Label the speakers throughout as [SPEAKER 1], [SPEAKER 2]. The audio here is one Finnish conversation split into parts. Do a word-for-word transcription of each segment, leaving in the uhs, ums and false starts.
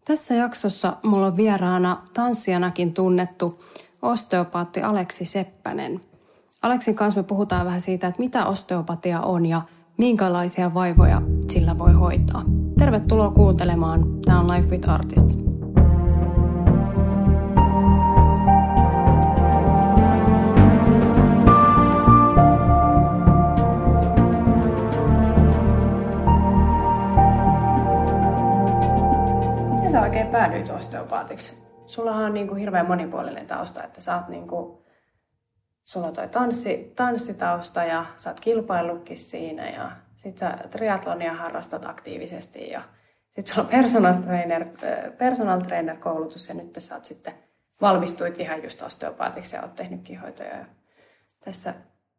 [SPEAKER 1] Tässä jaksossa mulla on vieraana tanssijanakin tunnettu osteopaatti Aleksi Seppänen. Aleksin kanssa me puhutaan vähän siitä, että mitä osteopatia on ja minkälaisia vaivoja sillä voi hoitaa. Tervetuloa kuuntelemaan. Tämä on Life with Artists. Miten sä oikein päädyit osteopaatiksi? Sullahan on niin kuin hirveän monipuolinen tausta, että sä oot niin kuin, sulla on toi tanssi, tanssitausta ja sä oot kilpaillutkin siinä ja sit sä triathlonia harrastat aktiivisesti ja sit sulla on personal trainer, personal trainer koulutus ja nyt sä oot sitten valmistuit ihan just osteopaatiksi ja oot tehnytkin hoitoja. Ja tässä,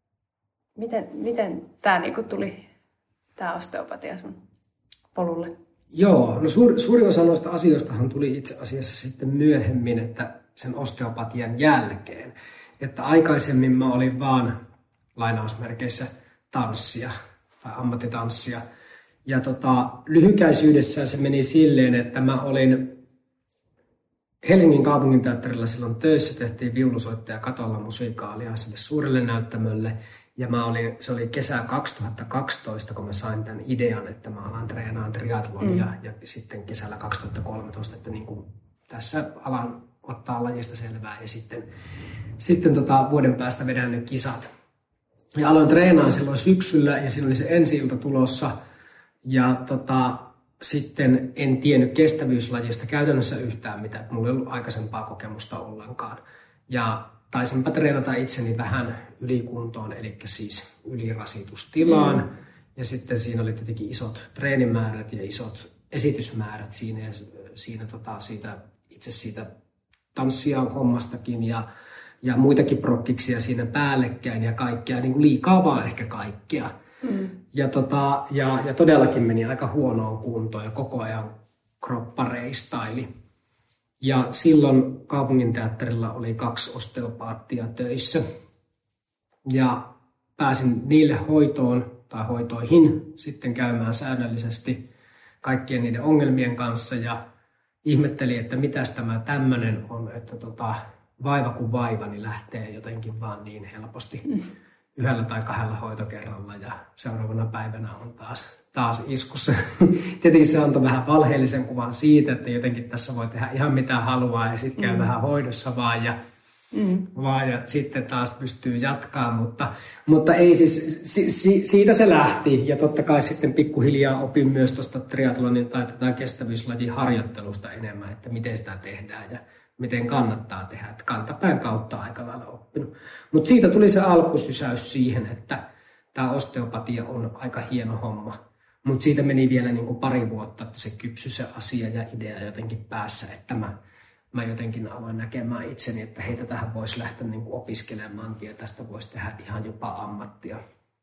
[SPEAKER 1] miten, miten tää niinku tuli, tää osteopatia sun polulle?
[SPEAKER 2] Joo, no suuri, suuri osa noista asioistahan tuli itse asiassa sitten myöhemmin, että sen osteopatian jälkeen. Että aikaisemmin mä olin vaan lainausmerkeissä tanssia tai ammattitanssia. Ja tota, lyhykäisyydessään se meni silleen, että mä olin Helsingin kaupunginteatterilla silloin töissä, tehtiin viulusoittaja katolla musikaalia sille suurelle näyttämölle. Ja mä olin, se oli kesä kaksituhattakaksitoista, kun mä sain tämän idean, että mä alan treenaan triathlonia. Mm. Ja sitten kesällä kaksituhattakolmetoista, että niin kuin tässä alan ottaa lajista selvää ja sitten, sitten tota vuoden päästä vedän ne kisat. Ja aloin treenaa silloin syksyllä ja siinä oli se ensi-ilta tulossa. Ja tota, sitten en tiennyt kestävyyslajista käytännössä yhtään mitään, että mulla ei ollut aikaisempaa kokemusta ollenkaan. Ja taisinpä treenata itseni vähän ylikuntoon, eli siis ylirasitustilaan. Mm. Ja sitten siinä oli tietenkin isot treenimäärät ja isot esitysmäärät siinä ja siinä tota, siitä, itse siitä tanssia hommastakin ja, ja muitakin prokkiksia siinä päällekkäin ja kaikkea, niin kuin liikaa vaan ehkä kaikkea. Mm. Ja, tota, ja, ja todellakin meni aika huonoon kuntoon ja koko ajan kroppa reistaili. Ja silloin kaupunginteatterilla oli kaksi osteopaattia töissä ja pääsin niille hoitoon tai hoitoihin sitten käymään säännöllisesti kaikkien niiden ongelmien kanssa ja ihmettelin, että mitäs tämä tämmöinen on, että tota, vaiva kuin vaiva niin lähtee jotenkin vaan niin helposti mm. yhdellä tai kahdella hoitokerralla ja seuraavana päivänä on taas, taas iskussa. Tietenkin se antoi vähän valheellisen kuvan siitä, että jotenkin tässä voi tehdä ihan mitä haluaa ja sitten käy mm. vähän hoidossa vaan ja, mm. vaan ja sitten taas pystyy jatkaa, mutta, mutta ei siis, si, si, siitä se lähti ja totta kai sitten pikkuhiljaa opin myös tuosta triathlonin tai tätä kestävyyslajin harjoittelusta enemmän, että miten sitä tehdään ja miten kannattaa tehdä, että kantapään kautta aika lailla oppinut. Mutta siitä tuli se alkusysäys siihen, että tämä osteopatia on aika hieno homma. Mutta siitä meni vielä niin kuin pari vuotta, että se kypsy se asia ja idea jotenkin päässä, että mä, mä jotenkin aloin näkemään itseni, että heitä tähän voisi lähteä niin kuin opiskelemaankin ja tästä voisi tehdä ihan jopa ammattia.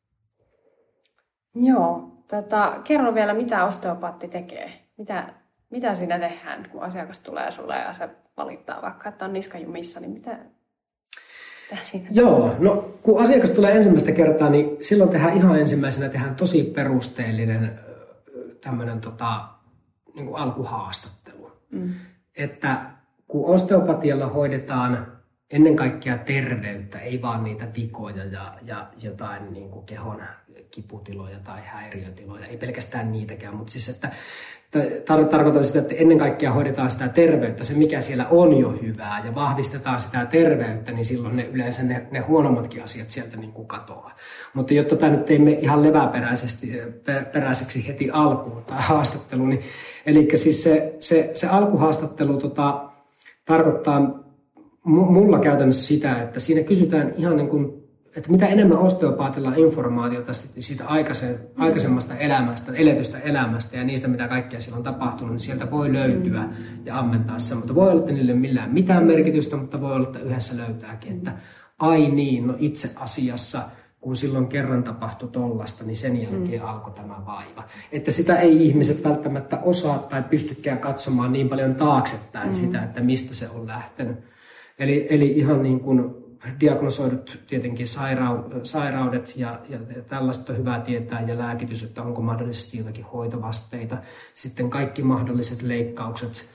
[SPEAKER 1] Joo, tota, kerro vielä, mitä osteopaatti tekee. Mitä, mitä siinä tehdään, kun asiakas tulee sulle ja se valittaa vaikka, että on niskajumissa, niin mitä, mitä siinä?
[SPEAKER 2] Joo, no kun asiakas tulee ensimmäistä kertaa, niin silloin tehdään ihan ensimmäisenä tehdään tosi perusteellinen tämmöinen tota, niin kuin alkuhaastattelu. Mm. Että kun osteopatialla hoidetaan ennen kaikkea terveyttä, ei vaan niitä vikoja ja, ja jotain niin kuin kehon kiputiloja tai häiriötiloja, ei pelkästään niitäkään, mutta siis että tar- tarkoitan sitä, että ennen kaikkea hoidetaan sitä terveyttä, se mikä siellä on jo hyvää ja vahvistetaan sitä terveyttä, niin silloin ne yleensä ne, ne huonommatkin asiat sieltä niin kuin katoaa. Mutta jotta tämä nyt ei mene ihan leväperäisesti, peräiseksi heti alkuun tämä haastattelu, niin eli siis se, se, se alkuhaastattelu tota, tarkoittaa mulla käytännössä sitä, että siinä kysytään ihan niin kuin, että mitä enemmän osteopaatilla on informaatiota siitä aikaisemmasta elämästä, eletystä elämästä ja niistä, mitä kaikkea siellä on tapahtunut, niin sieltä voi löytyä ja ammentaa sen. Mutta voi olla, että niille millään mitään merkitystä, mutta voi olla, että yhdessä löytääkin, että ai niin, no itse asiassa, kun silloin kerran tapahtui tollasta, niin sen jälkeen mm. alkoi tämä vaiva. Että sitä ei ihmiset välttämättä osaa tai pystykään katsomaan niin paljon taaksepäin mm. sitä, että mistä se on lähtenyt. Eli, eli ihan niin kuin diagnosoidut tietenkin sairau- sairaudet ja, ja tällaista on hyvä tietää ja lääkitys, että onko mahdollisesti jotakin hoitovasteita. Sitten kaikki mahdolliset leikkaukset,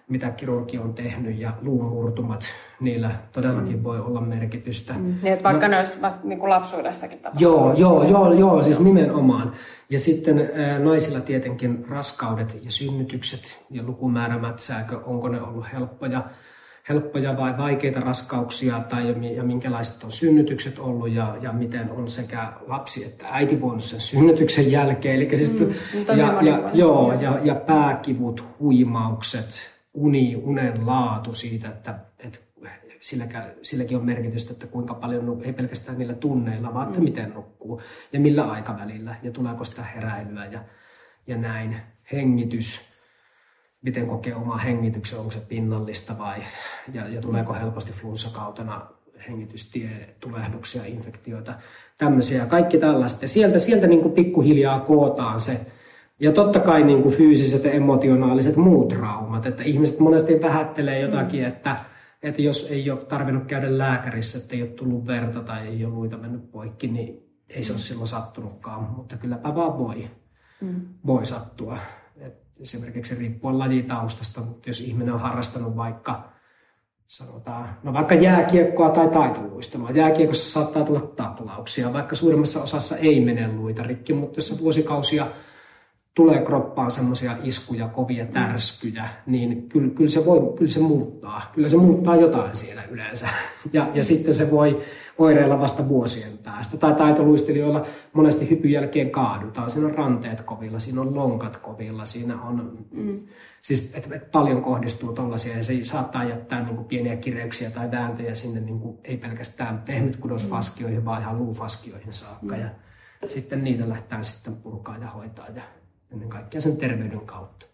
[SPEAKER 2] mitä kirurgi on tehnyt ja luumurtumat, niillä todellakin mm. voi olla merkitystä. Mm.
[SPEAKER 1] Niin, että vaikka no, ne olisi vasta niin kuin lapsuudessakin tapahtunut.
[SPEAKER 2] Joo, joo, joo, joo, siis nimenomaan. Ja sitten ää, naisilla tietenkin raskaudet ja synnytykset ja lukumäärämätsääkö, onko ne ollut helppoja, helppoja vai vaikeita raskauksia tai ja minkälaiset on synnytykset ollut ja, ja miten on sekä lapsi että äiti voinut sen synnytyksen jälkeen. Eli siis, mm, ja, ja, joo, ja, ja pääkivut, huimaukset, uni, unen laatu siitä, että, että silläkin, silläkin on merkitystä, että kuinka paljon, ei pelkästään niillä tunneilla, vaan että mm. miten nukkuu ja millä aikavälillä ja tuleeko sitä heräilyä ja, ja näin. Hengitys, miten kokee omaa hengityksen, onko se pinnallista vai, ja, ja tuleeko helposti flunssakautena hengitystietulehduksia, infektioita, tämmöisiä, kaikki tällaista. Ja sieltä, sieltä niin kuin pikkuhiljaa kootaan se. Ja totta kai niin kuin fyysiset ja emotionaaliset muut traumat, että ihmiset monesti vähättelee jotakin, mm. että, että jos ei ole tarvinnut käydä lääkärissä, että ei ole tullut verta tai ei ole luita mennyt poikki, niin ei se ole silloin sattunutkaan, mutta kylläpä vaan voi, mm. voi sattua. Et esimerkiksi riippuen lajitaustasta, mutta jos ihminen on harrastanut vaikka, sanotaan, no vaikka jääkiekkoa tai taitoluistelua, jääkiekossa saattaa tulla taklauksia, vaikka suurimmassa osassa ei mene luita rikki, mutta jos vuosikausia tulee kroppaan semmoisia iskuja, kovia tärskyjä, niin kyllä, kyllä, se voi, kyllä se muuttaa. Kyllä se muuttaa jotain siellä yleensä. Ja, ja sitten se voi oireilla vasta vuosien päästä. Tai taitoluistelijoilla monesti hypyn jälkeen kaadutaan. Siinä on ranteet kovilla, siinä on lonkat kovilla, siinä on... Mm. Siis et, et paljon kohdistuu tollaisia ja se saattaa jättää niinku pieniä kireyksiä tai vääntöjä sinne niinku, ei pelkästään pehmytkudosfaskioihin, mm. vaan ihan luufaskioihin saakka. Mm. Ja sitten niitä lähdetään sitten purkaa ja hoitaa ja ennen kaikkea sen terveyden kautta.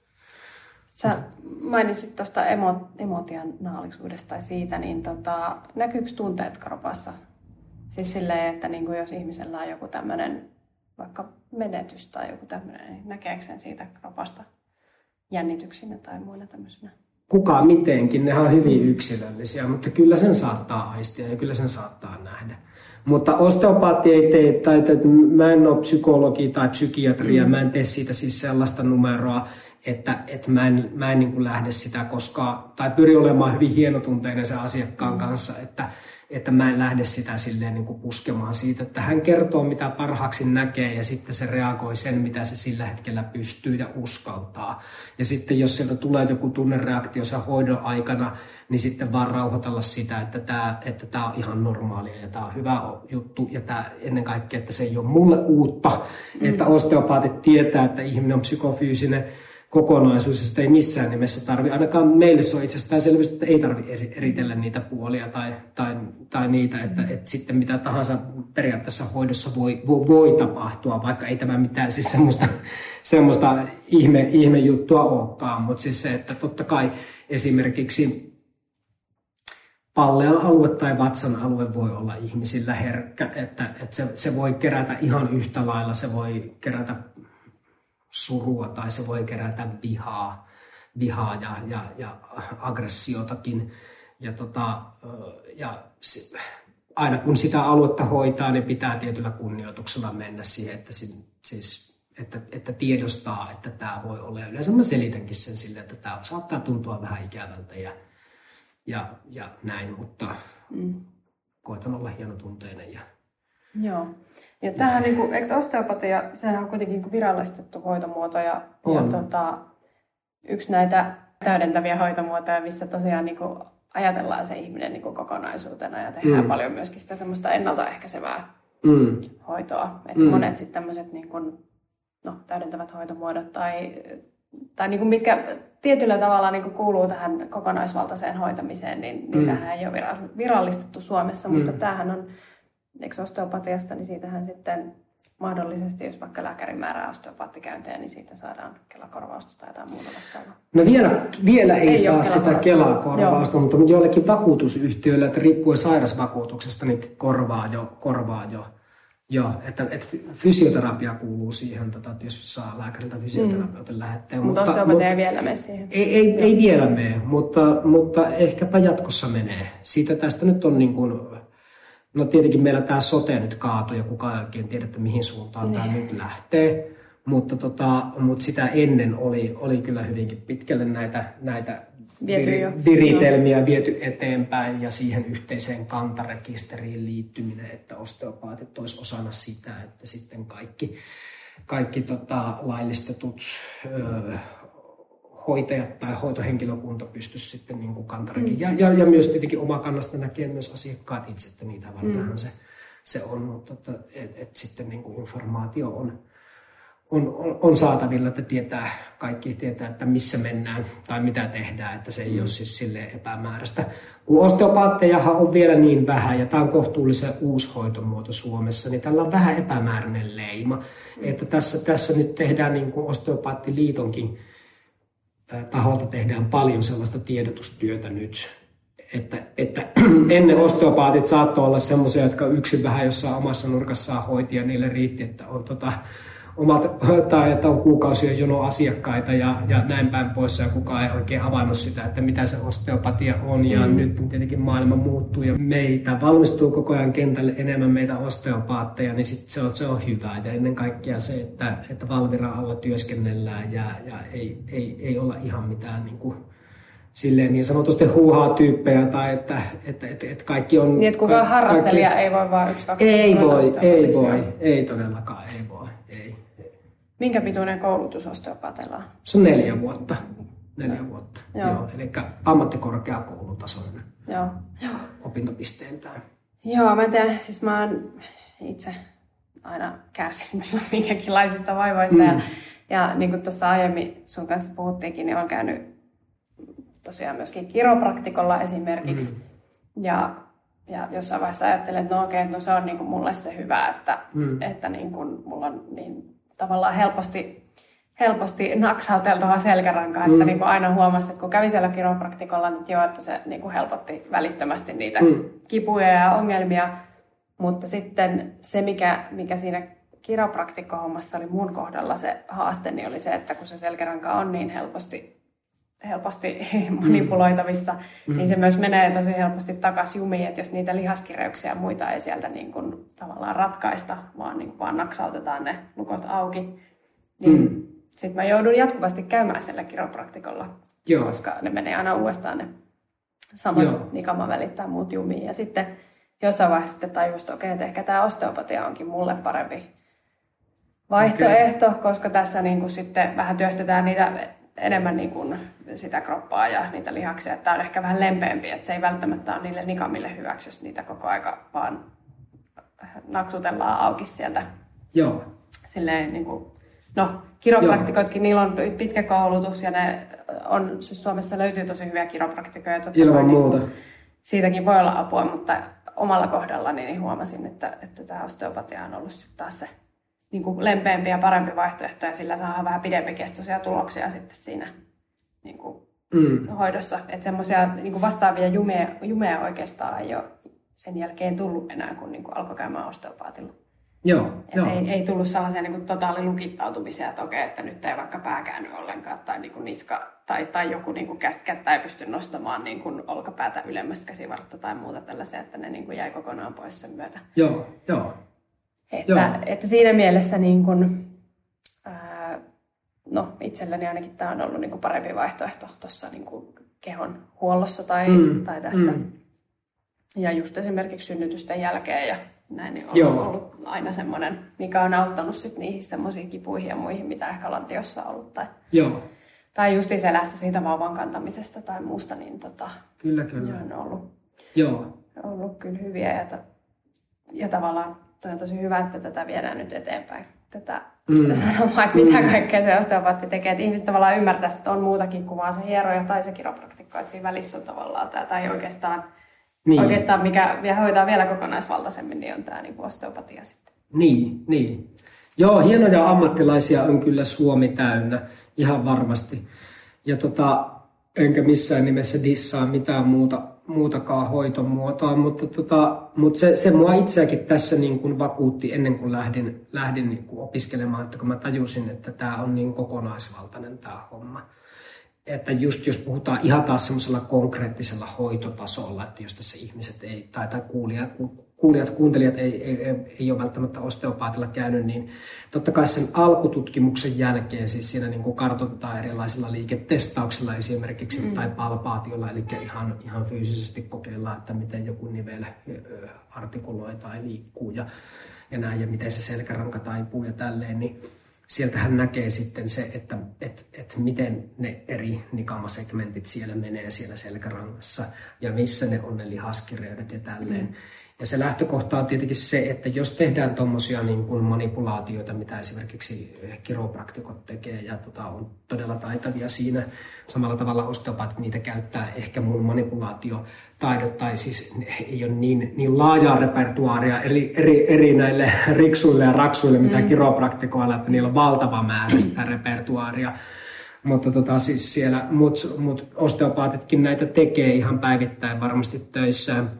[SPEAKER 1] Sä mainitsit tuosta emo, emotionaalisuudesta tai siitä, niin tota, näkyykö tunteet kropassa? Siis silleen, että niin kuin jos ihmisellä on joku tämmöinen vaikka menetys tai joku tämmöinen, niin näkeekö sen siitä kropasta jännityksinä tai muina tämmöisenä?
[SPEAKER 2] Kuka mitenkin, ne on hyvin yksilöllisiä, mutta kyllä sen saattaa aistia ja kyllä sen saattaa nähdä. Mutta osteopaatti ei tee, tai, tai mä en ole psykologi tai psykiatria, mm. mä en tee siitä siis sellaista numeroa, että, että mä en, mä en niin kuin lähde sitä koskaan, tai pyri olemaan hyvin hienotunteinen sen asiakkaan mm. kanssa, että, että mä en lähde sitä silleen niin kuin puskemaan siitä, että hän kertoo mitä parhaaksi näkee ja sitten se reagoi sen, mitä se sillä hetkellä pystyy ja uskaltaa. Ja sitten jos sieltä tulee joku tunnereaktio sen hoidon aikana, niin sitten vaan rauhoitella sitä, että tämä, että tämä on ihan normaalia ja tämä on hyvä juttu ja tämä ennen kaikkea, että se ei ole mulle uutta, mm. että osteopaatit tietää, että ihminen on psykofyysinen kokonaisuus ja sitä ei missään nimessä tarvitse. Ainakaan meille se on itsestäänselvyys, että ei tarvitse eritellä niitä puolia tai, tai, tai niitä, että, että sitten mitä tahansa periaatteessa hoidossa voi, voi, voi tapahtua, vaikka ei tämä mitään siis semmoista, semmoista ihme, ihmejuttua olekaan, mutta siis se, että totta kai esimerkiksi pallean alue tai vatsan alue voi olla ihmisillä herkkä, että, että se, se voi kerätä ihan yhtä lailla, se voi kerätä surua tai se voi kerätä vihaa, vihaa ja, ja, ja aggressiotakin. Ja, tota, ja se, aina kun sitä aluetta hoitaa, niin pitää tietyllä kunnioituksella mennä siihen, että, siis, että, että tiedostaa, että tämä voi olla. Ja yleensä mä selitänkin sen sille, että tämä saattaa tuntua vähän ikävältä ja, ja, ja näin, mutta mm. koitan olla hienotunteinen. Ja,
[SPEAKER 1] joo. Ja tämähän, niin kuin, eikö osteopatia, sehän on kuitenkin niin kuin virallistettu hoitomuoto ja, ja tota, yksi näitä täydentäviä hoitomuotoja, missä tosiaan niin kuin ajatellaan se ihminen niin kuin kokonaisuutena ja tehdään mm. paljon myöskin sitä semmoista ennaltaehkäisevää mm. hoitoa. Että mm. monet sitten tämmöiset niin kuin, no, täydentävät hoitomuodot tai, tai niin kuin mitkä tietyllä tavalla niin kuin kuuluu tähän kokonaisvaltaiseen hoitamiseen, niin mm. niitähän ei ole virallistettu Suomessa, mm. mutta tämähän on eikö osteopatiasta, niin siitähän sitten mahdollisesti, jos vaikka lääkärin määrää osteopaattikäyntejä, niin siitä saadaan Kela-korvausta tai jotain muuta vastaavaa.
[SPEAKER 2] No vielä, vielä ei, ei saa sitä Kela-korvausta, mutta joillekin vakuutusyhtiöillä, että riippuen sairasvakuutuksesta, niin korvaa jo, korvaa jo. jo että, että fysioterapia kuuluu siihen, tota, että jos saa lääkäriltä fysioterapeutin mm. lähetteen.
[SPEAKER 1] Mutta osteopatia ei vielä mene siihen.
[SPEAKER 2] Ei, ei, ei vielä mene, mutta, mutta ehkäpä jatkossa menee. Siitä tästä nyt on niin kuin... No tietenkin meillä tämä sote nyt kaatui ja kukaan ei oikein tiedä, että mihin suuntaan niin. Tämä nyt lähtee. Mutta, tota, mutta sitä ennen oli, oli kyllä hyvinkin pitkälle näitä, näitä
[SPEAKER 1] viety
[SPEAKER 2] vir, viritelmiä no. viety eteenpäin ja siihen yhteiseen kantarekisteriin liittyminen, että osteopaatit olisi osana sitä, että sitten kaikki, kaikki tota, laillistetut ö, hoitajat tai hoitohenkilökunta pystyisi sitten niin kuin kantarekin. Mm. Ja, ja, ja myös tietenkin omakannasta näkee myös asiakkaat itse, että niitä vartenhan mm. se, se on, mutta että et, et sitten niin kuin informaatio on, on, on, on saatavilla, että tietää, kaikki tietää, että missä mennään tai mitä tehdään, että se ei mm. ole siis silleen epämääräistä. Kun osteopaattejahan on vielä niin vähän ja tämä on kohtuullisen uusi hoitomuoto Suomessa, niin tällä on vähän epämääräinen leima. Mm. Että tässä, tässä nyt tehdään niin kuin Osteopaattiliitonkin taholta tehdään paljon sellaista tiedotustyötä nyt, että, että ennen osteopaatit saattoi olla semmoisia, jotka yksin vähän jossain omassa nurkassaan hoiti ja niille riitti, että on, tota, omat, tai että on kuukausien jono asiakkaita ja, ja näin päin pois ja kukaan ei oikein avannut sitä, että mitä se osteopatia on ja mm. nyt tietenkin maailma muuttuu ja meitä valmistuu koko ajan kentälle enemmän meitä osteopaatteja, niin sit se, on, se on hyvä ja ennen kaikkea se, että, että Valviran alla työskennellään ja, ja ei, ei, ei olla ihan mitään niin kuin silleen niin sanotusti huuhaa tyyppejä tai että, että, että, että kaikki on...
[SPEAKER 1] Niin, että kukaan ka- harrastelija kaikki, ei voi vaan yksi, kaksi...
[SPEAKER 2] Ei voi, ei voi, ei todellakaan, ei voi, ei.
[SPEAKER 1] Minkä pituinen koulutus osteopaateilla on?
[SPEAKER 2] Se on neljä vuotta. Neljä vuotta, joo. joo. Eli ammattikorkeakoulutasoinen
[SPEAKER 1] joo. Joo.
[SPEAKER 2] opintopisteeltään.
[SPEAKER 1] Joo, mä en tiedä, siis mä oon itse aina kärsinyt minkäkinlaisista vaivoista. Mm. Ja, ja niin kuin tuossa aiemmin sun kanssa puhuttiinkin, niin olen käynyt tosiaan myöskin kiropraktikolla esimerkiksi. Mm. Ja, ja jossain vaiheessa ajattelen, että no okei, no se on niin kuin mulle se hyvä, että, mm. että niin kuin mulla on niin tavallaan helposti, helposti naksauteltava selkäranka, että mm. niin kuin aina huomasi, että kun kävi siellä kiropraktikolla, niin joo, että se niin kuin helpotti välittömästi niitä mm. kipuja ja ongelmia. Mutta sitten se, mikä, mikä siinä kiropraktikkohommassa oli mun kohdalla se haaste, niin oli se, että kun se selkäranka on niin helposti, helposti manipuloitavissa, mm. niin se myös menee tosi helposti takaisin jumiin, että jos niitä lihaskireyksiä ja muita ei sieltä niin kuin tavallaan ratkaista, vaan, niin kuin vaan naksautetaan ne lukot auki, niin mm. sitten mä joudun jatkuvasti käymään siellä kiropraktikolla, Joo. koska ne menee aina uudestaan ne samat Joo. nikamavälit tai muut jumiin. Ja sitten jossain vaiheessa sitten tajus, että okei, että ehkä tämä osteopatia onkin mulle parempi vaihtoehto, okay. koska tässä niin kuin sitten vähän työstetään niitä enemmän niin kuin sitä kroppaa ja niitä lihaksia, että tämä on ehkä vähän lempeämpi, että se ei välttämättä ole niille nikamille hyväksi, jos niitä koko aika vaan naksutellaan auki sieltä.
[SPEAKER 2] Joo.
[SPEAKER 1] Silleen niin kuin, no, kiropraktikoitkin, niillä on pitkä koulutus ja ne on, siis Suomessa löytyy tosi hyviä kiropraktikoja.
[SPEAKER 2] Ilman muuta. Niin
[SPEAKER 1] siitäkin voi olla apua, mutta omalla kohdallani niin huomasin, että, että tämä osteopatia on ollut sitten taas se niin kuin lempeämpi ja parempi vaihtoehto ja sillä saadaan vähän pidempikestoisia tuloksia sitten siinä niin kuin mm. hoidossa. Että semmoisia niin kuin vastaavia jumeja, jumeja oikeastaan ei ole sen jälkeen tullut enää, kun niin kuin alkoi käymään osteopaatilla.
[SPEAKER 2] Joo, joo.
[SPEAKER 1] Ei, ei tullut sellaisia niin kuin totaalilukittautumisia, että okei, että nyt ei vaikka pää käänny ollenkaan tai niin kuin niska tai, tai joku niin kuin kättä ei pysty nostamaan niin kuin olkapäätä ylemmäs käsivartta tai muuta tällaisia, että ne niin kuin jäi kokonaan pois sen myötä.
[SPEAKER 2] Joo, joo.
[SPEAKER 1] Että, joo. että siinä mielessä niin kuin, ää, no itselleni ainakin tämä on ollut niin kuin parempi vaihtoehto tuossa niin kuin kehon huollossa tai, mm. tai tässä. Mm. Ja just esimerkiksi synnytysten jälkeen ja näin niin on Joo. ollut aina semmoinen, mikä on auttanut sit niihin semmoisiin kipuihin ja muihin, mitä ehkä lantiossa on ollut. Tai,
[SPEAKER 2] Joo.
[SPEAKER 1] tai just selässä siitä vauvan kantamisesta tai muusta, niin tota,
[SPEAKER 2] kyllä, kyllä.
[SPEAKER 1] on ollut,
[SPEAKER 2] Joo.
[SPEAKER 1] ollut kyllä hyviä. Ja, ja tavallaan toi on tosi hyvä, että tätä viedään nyt eteenpäin. Tätä mm. sanomaan, että mitä kaikkea se osteopaatti tekee. Että ihmiset tavallaan ymmärtäisi, että on muutakin kuin vaan se hieroja tai se kiropraktikko. Että siinä välissä on tavallaan tämä, tai oikeastaan Niin. Oikeastaan mikä hoitaa vielä kokonaisvaltaisemmin, niin on tämä niin kuin osteopatia sitten.
[SPEAKER 2] Niin, niin. Joo, hienoja ammattilaisia on kyllä Suomi täynnä, ihan varmasti. Ja tota, enkä missään nimessä dissaa mitään muuta, muutakaan hoitomuotoa, mutta, tota, mutta se, se mua itseäkin tässä niin kuin vakuutti ennen kuin lähdin, lähdin niin kuin opiskelemaan, että kun mä tajusin, että tämä on niin kokonaisvaltainen tämä homma. Että just jos puhutaan ihan taas semmoisella konkreettisella hoitotasolla, että jos tässä ihmiset ei, tai, tai kuulijat, kuulijat, kuuntelijat ei, ei, ei ole välttämättä osteopaatilla käynyt, niin totta kai sen alkututkimuksen jälkeen siis siinä niin kuin kartoitetaan erilaisilla liiketestauksilla esimerkiksi mm. tai palpaatiolla, eli ihan, ihan fyysisesti kokeillaan, että miten joku nivel artikuloi tai liikkuu ja, ja näin, ja miten se selkäranka taipuu ja tälleen, niin sieltähän näkee sitten se, että et, et miten ne eri nikamasegmentit siellä menee siellä selkärangassa ja missä ne on ne lihaskireydet ja tälleen. Mm. Ja se lähtökohta on tietenkin se, että jos tehdään tuommoisia niin kuin manipulaatioita, mitä esimerkiksi kiropraktikot tekee ja tota, on todella taitavia siinä, samalla tavalla osteopaatit niitä käyttää, ehkä mun manipulaatiotaidot tai siis ei ole niin, niin laajaa repertuaaria eri, eri, eri näille riksuille ja raksuille, mitä mm. kiropraktikoilla, että niillä on valtava määrä sitä repertuaaria. Mutta tota, siis siellä, mut, mut osteopaatitkin näitä tekee ihan päivittäin varmasti töissään.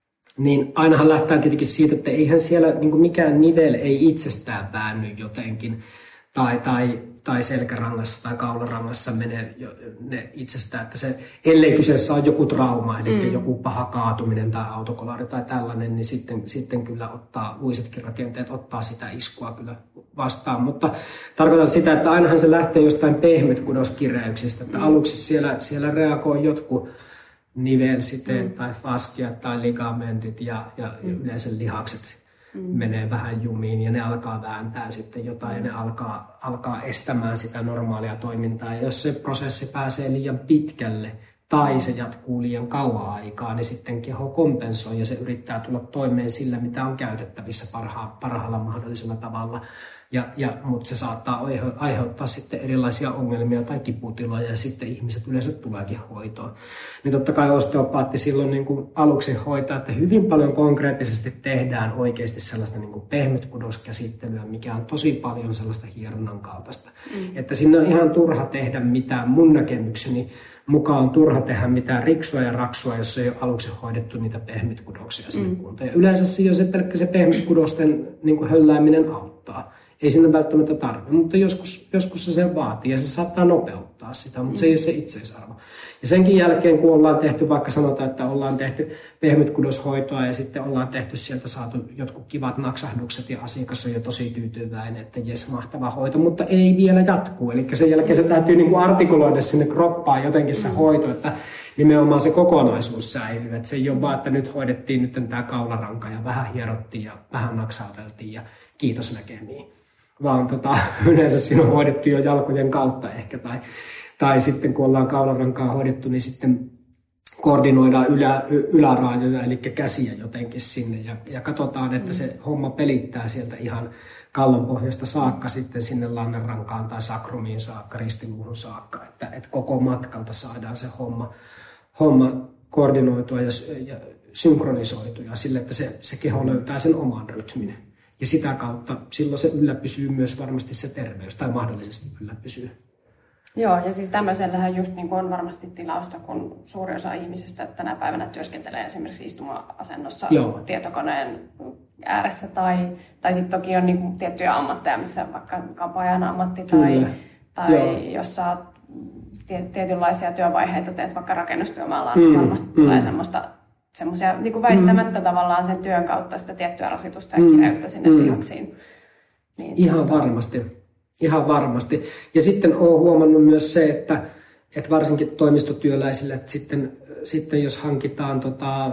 [SPEAKER 2] Niin ainahan lähtee tietenkin siitä, että eihän siellä niin kuin mikään nivel ei itsestään väänny jotenkin. Tai, tai, tai selkärangassa tai kaularangassa menee ne itsestään. Että se, ellei kyseessä on joku trauma, eli mm. joku paha kaatuminen tai autokolari tai tällainen, niin sitten, sitten kyllä ottaa, luisetkin rakenteet ottaa sitä iskua kyllä vastaan. Mutta tarkoitan sitä, että ainahan se lähtee jostain pehmytkudoskireyksistä. Että mm. aluksi siellä, siellä reagoi jotkut nivelsiteet mm. tai faskiat tai ligamentit ja, ja mm. yleensä lihakset mm. menee vähän jumiin ja ne alkaa vääntää sitten jotain ja ne alkaa, alkaa estämään sitä normaalia toimintaa. Ja jos se prosessi pääsee liian pitkälle tai se jatkuu liian kauan aikaa, niin sitten keho kompensoi ja se yrittää tulla toimeen sillä, mitä on käytettävissä parha, parhaalla mahdollisella tavalla. Ja, ja, mutta se saattaa aiheuttaa sitten erilaisia ongelmia tai kiputiloja ja sitten ihmiset yleensä tuleekin hoitoon. Niin totta kai osteopaatti silloin niin kuin aluksi hoitaa, että hyvin paljon konkreettisesti tehdään oikeasti sellaista niin kuin pehmytkudoskäsittelyä, mikä on tosi paljon sellaista hieronnan kaltaista. Mm. Että sinne on ihan turha tehdä mitään, mun näkemykseni mukaan on turha tehdä mitään riksua ja raksua, jos ei ole aluksi hoidettu niitä pehmytkudoksia sinne mm. kuntoon. Ja yleensä se pelkkä se pehmytkudosten niin kuin höllääminen auttaa. Ei sinne välttämättä tarvitse, mutta joskus, joskus se sen vaatii ja se saattaa nopeuttaa sitä, mutta se ei ole se itseisarvo. Ja senkin jälkeen, kun ollaan tehty, vaikka sanotaan, että ollaan tehty pehmytkudoshoitoa ja sitten ollaan tehty sieltä saatu jotkut kivat naksahdukset ja asiakas on jo tosi tyytyväinen, että jes, mahtava hoito, mutta ei vielä jatkuu. Eli sen jälkeen se täytyy niin kuin artikuloida sinne kroppaan jotenkin se hoito, että nimenomaan se kokonaisuus säilyy. Että se ei ole vaan, että nyt hoidettiin nyt tämä kaularanka ja vähän hierottiin ja vähän naksauteltiin ja kiitos näkemiin. Vaan tota, yleensä siinä on hoidettu jo jalkojen kautta ehkä, tai, tai sitten kun ollaan kaularankaa hoidettu, niin sitten koordinoidaan ylä, yläraajoja, eli käsiä jotenkin sinne, ja, ja katsotaan, että se homma pelittää sieltä ihan kallonpohjasta saakka sitten sinne lannenrankaan tai sakrumiin saakka, ristiluuhun saakka, että, että koko matkalta saadaan se homma, homma koordinoitua ja, ja synkronisoitua sille, että se, se keho löytää sen oman rytmin. Ja sitä kautta silloin se yllä pysyy myös varmasti se terveys, tai mahdollisesti yllä pysyy.
[SPEAKER 1] Joo, ja siis tämmöisellähän just niin kuin on varmasti tilausta, kun suuri osa ihmisistä tänä päivänä työskentelee esimerkiksi istuma-asennossa Joo. tietokoneen ääressä, tai, tai sitten toki on niin kuin tiettyjä ammatteja, missä vaikka kampaajan ammatti, tai, tai jos sä tietynlaisia työvaiheita teet vaikka rakennustyömaalla, niin mm, varmasti mm. tulee semmoista semmoisia niin kuin väistämättä mm. tavallaan sen työn kautta sitä tiettyä rasitusta ja kireyttä sinne mm. lihaksiin. Niin,
[SPEAKER 2] Ihan tuota... varmasti. Ihan varmasti. Ja sitten olen huomannut myös se, että, että varsinkin toimistotyöläisille, että sitten, sitten jos hankitaan tota,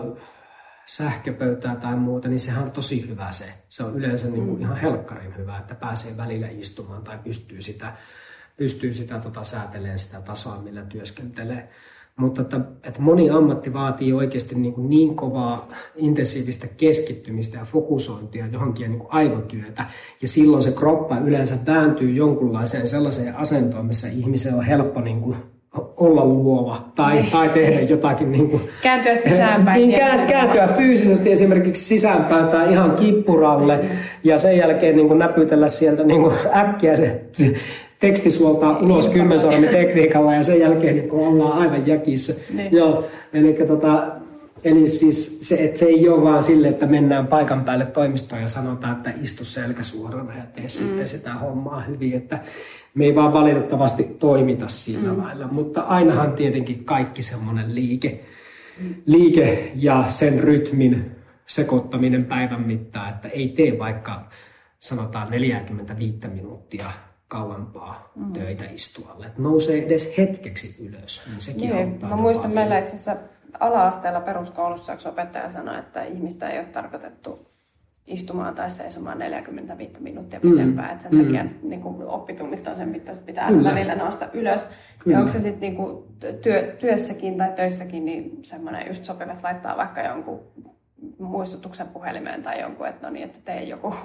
[SPEAKER 2] sähköpöytää tai muuta, niin sehän on tosi hyvä se. Se on yleensä niin kuin mm. ihan helkkarin hyvä, että pääsee välillä istumaan tai pystyy sitä, pystyy sitä tota, säätelemään sitä tasoa, millä työskentelee. Mutta että, että moni ammatti vaatii oikeasti niin, kuin niin kovaa intensiivistä keskittymistä ja fokusointia johonkin niin kuin aivotyötä. Ja silloin se kroppa yleensä vääntyy jonkunlaiseen sellaiseen asentoon, missä ihmisen on helppo niin kuin olla luova tai, tai tehdä jotakin. Niin kuin,
[SPEAKER 1] kääntyä sisäänpäin.
[SPEAKER 2] Niin, kääntyä fyysisesti esimerkiksi sisäänpäin tai ihan kippuralle mm. ja sen jälkeen niin kuin näpytellä sieltä niin kuin äkkiä se teksti suoltaa ulos kymmensormitekniikalla ja sen jälkeen niin ollaan aivan jäkissä. Niin. Joo, eli, tota, eli siis se, että se ei ole vaan sille, että mennään paikan päälle toimistoon ja sanotaan, että istu selkä suorana ja tee mm. sitten sitä hommaa hyvin. Että me ei vaan valitettavasti toimita sillä mm. lailla, mutta ainahan tietenkin kaikki semmoinen liike, mm. liike ja sen rytmin sekoittaminen päivän mittaan, että ei tee vaikka sanotaan neljäkymmentäviisi minuuttia kauempaa mm. töitä istualle. Että nousee edes hetkeksi ylös, niin sekin
[SPEAKER 1] Jee,
[SPEAKER 2] auttaa.
[SPEAKER 1] mä muistan paljon. Meillä itse asiassa ala-asteella peruskoulussa yksi opettaja sanoi, että ihmistä ei ole tarkoitettu istumaan tai seisomaan neljäkymmentäviisi minuuttia pitempään. Mm. Että sen mm. takia niin kuin oppitunnit on sen mittaista, pitää Kyllä. välillä nousta ylös. Kyllä. Ja onko se sitten niin kuin työ, työssäkin tai töissäkin niin semmoinen just sopiva, että laittaa vaikka jonkun muistutuksen puhelimeen tai jonkun, että no niin, että tee joku...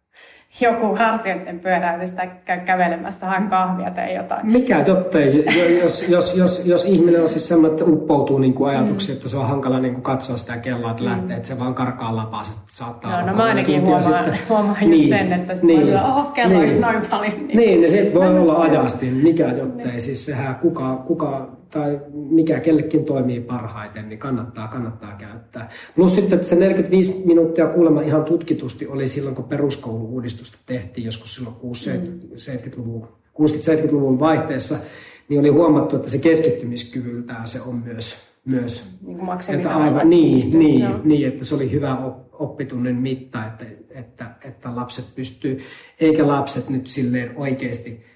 [SPEAKER 1] Joku hartioiden pyöräytys tai käy kävelemässä, hän kahvia tai jotain.
[SPEAKER 2] Mikä jottei, jos, jos, jos, jos ihminen on siis semmoinen, että uppoutuu niin kuin ajatuksiin, mm. että se on hankala niin kuin katsoa sitä kelloa, että mm. lähtee, että se vaan karkaa lapaa, että saattaa
[SPEAKER 1] no, olla. No mä ainakin huomaan, huomaan just niin, sen, että sitten niin, voi olla, oho, kello niin, noin paljon. Niin,
[SPEAKER 2] niin ja sitten voi olla ajasti, mikä jottei, niin. Siis sehän kuka, kuka tai mikä kellekin toimii parhaiten, niin kannattaa, kannattaa käyttää. Plus sitten, että se neljäkymmentäviisi minuuttia kuulemma ihan tutkitusti oli silloin, kun peruskoulu-uudistusta tehtiin, joskus silloin kuusikymmentä-seitsemänkymmentäluvun, kuusikymmentä-seitsemänkymmentäluvun vaihteessa, niin oli huomattu, että se keskittymiskyvyltään se on myös, myös
[SPEAKER 1] niin kuin
[SPEAKER 2] että aivan, niin, niin, niin, että se oli hyvä oppitunnin mitta, että, että, että lapset pystyy, eikä lapset nyt silleen oikeasti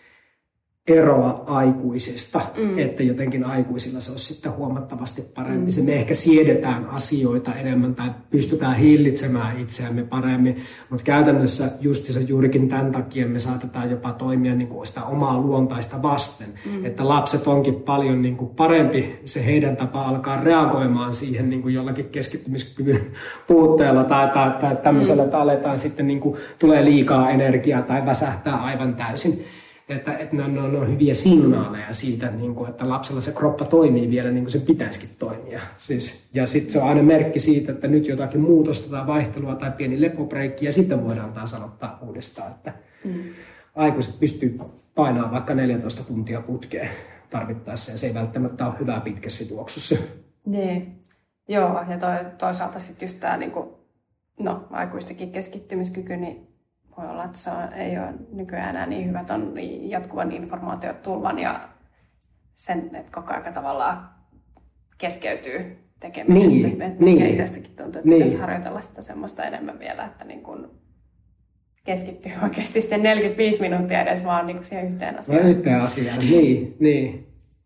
[SPEAKER 2] eroa aikuisista, mm. että jotenkin aikuisilla se olisi sitten huomattavasti parempi. Mm. Se me ehkä siedetään asioita enemmän tai pystytään hillitsemään itseämme paremmin, mutta käytännössä justissa juurikin tämän takia me saatetaan jopa toimia niin kuin sitä omaa luontaista vasten. Mm. Että lapset onkin paljon niin kuin parempi, se heidän tapa alkaa reagoimaan siihen niin kuin jollakin keskittymiskyvyn puutteella tai, tai, tai tämmöisellä, mm. että aletaan sitten niin kuin, tulee liikaa energiaa tai väsähtää aivan täysin. Että, että ne, on, ne on hyviä signaaleja siitä, niin kuin, että lapsella se kroppa toimii vielä niin kuin sen pitäisikin toimia. Siis, ja sitten se on aina merkki siitä, että nyt jotakin muutosta tai vaihtelua tai pieni lepobreikki ja sitten voidaan taas aloittaa uudestaan. Että mm. aikuiset pystyy painamaan vaikka neljätoista tuntia putkeen tarvittaessa ja se ei välttämättä ole hyvää pitkässä juoksussa.
[SPEAKER 1] Niin. Joo, ja toi, toisaalta sitten just tämä niin kuin, no, aikuistenkin keskittymiskyky, niin voi olla, että se on, ei ole nykyään enää niin hyvä ton jatkuvan informaatiotulvan ja sen, että koko ajan tavallaan keskeytyy tekeminen.
[SPEAKER 2] Niin,
[SPEAKER 1] että, että
[SPEAKER 2] niin,
[SPEAKER 1] itsestäkin tuntuu, että niin. Pitäisi harjoitella sitä semmoista enemmän vielä, että niin kun keskittyy oikeasti sen neljäkymmentäviisi minuuttia edes vaan niin siihen yhteen asiaan.
[SPEAKER 2] No, yhteen asiaan, niin, niin.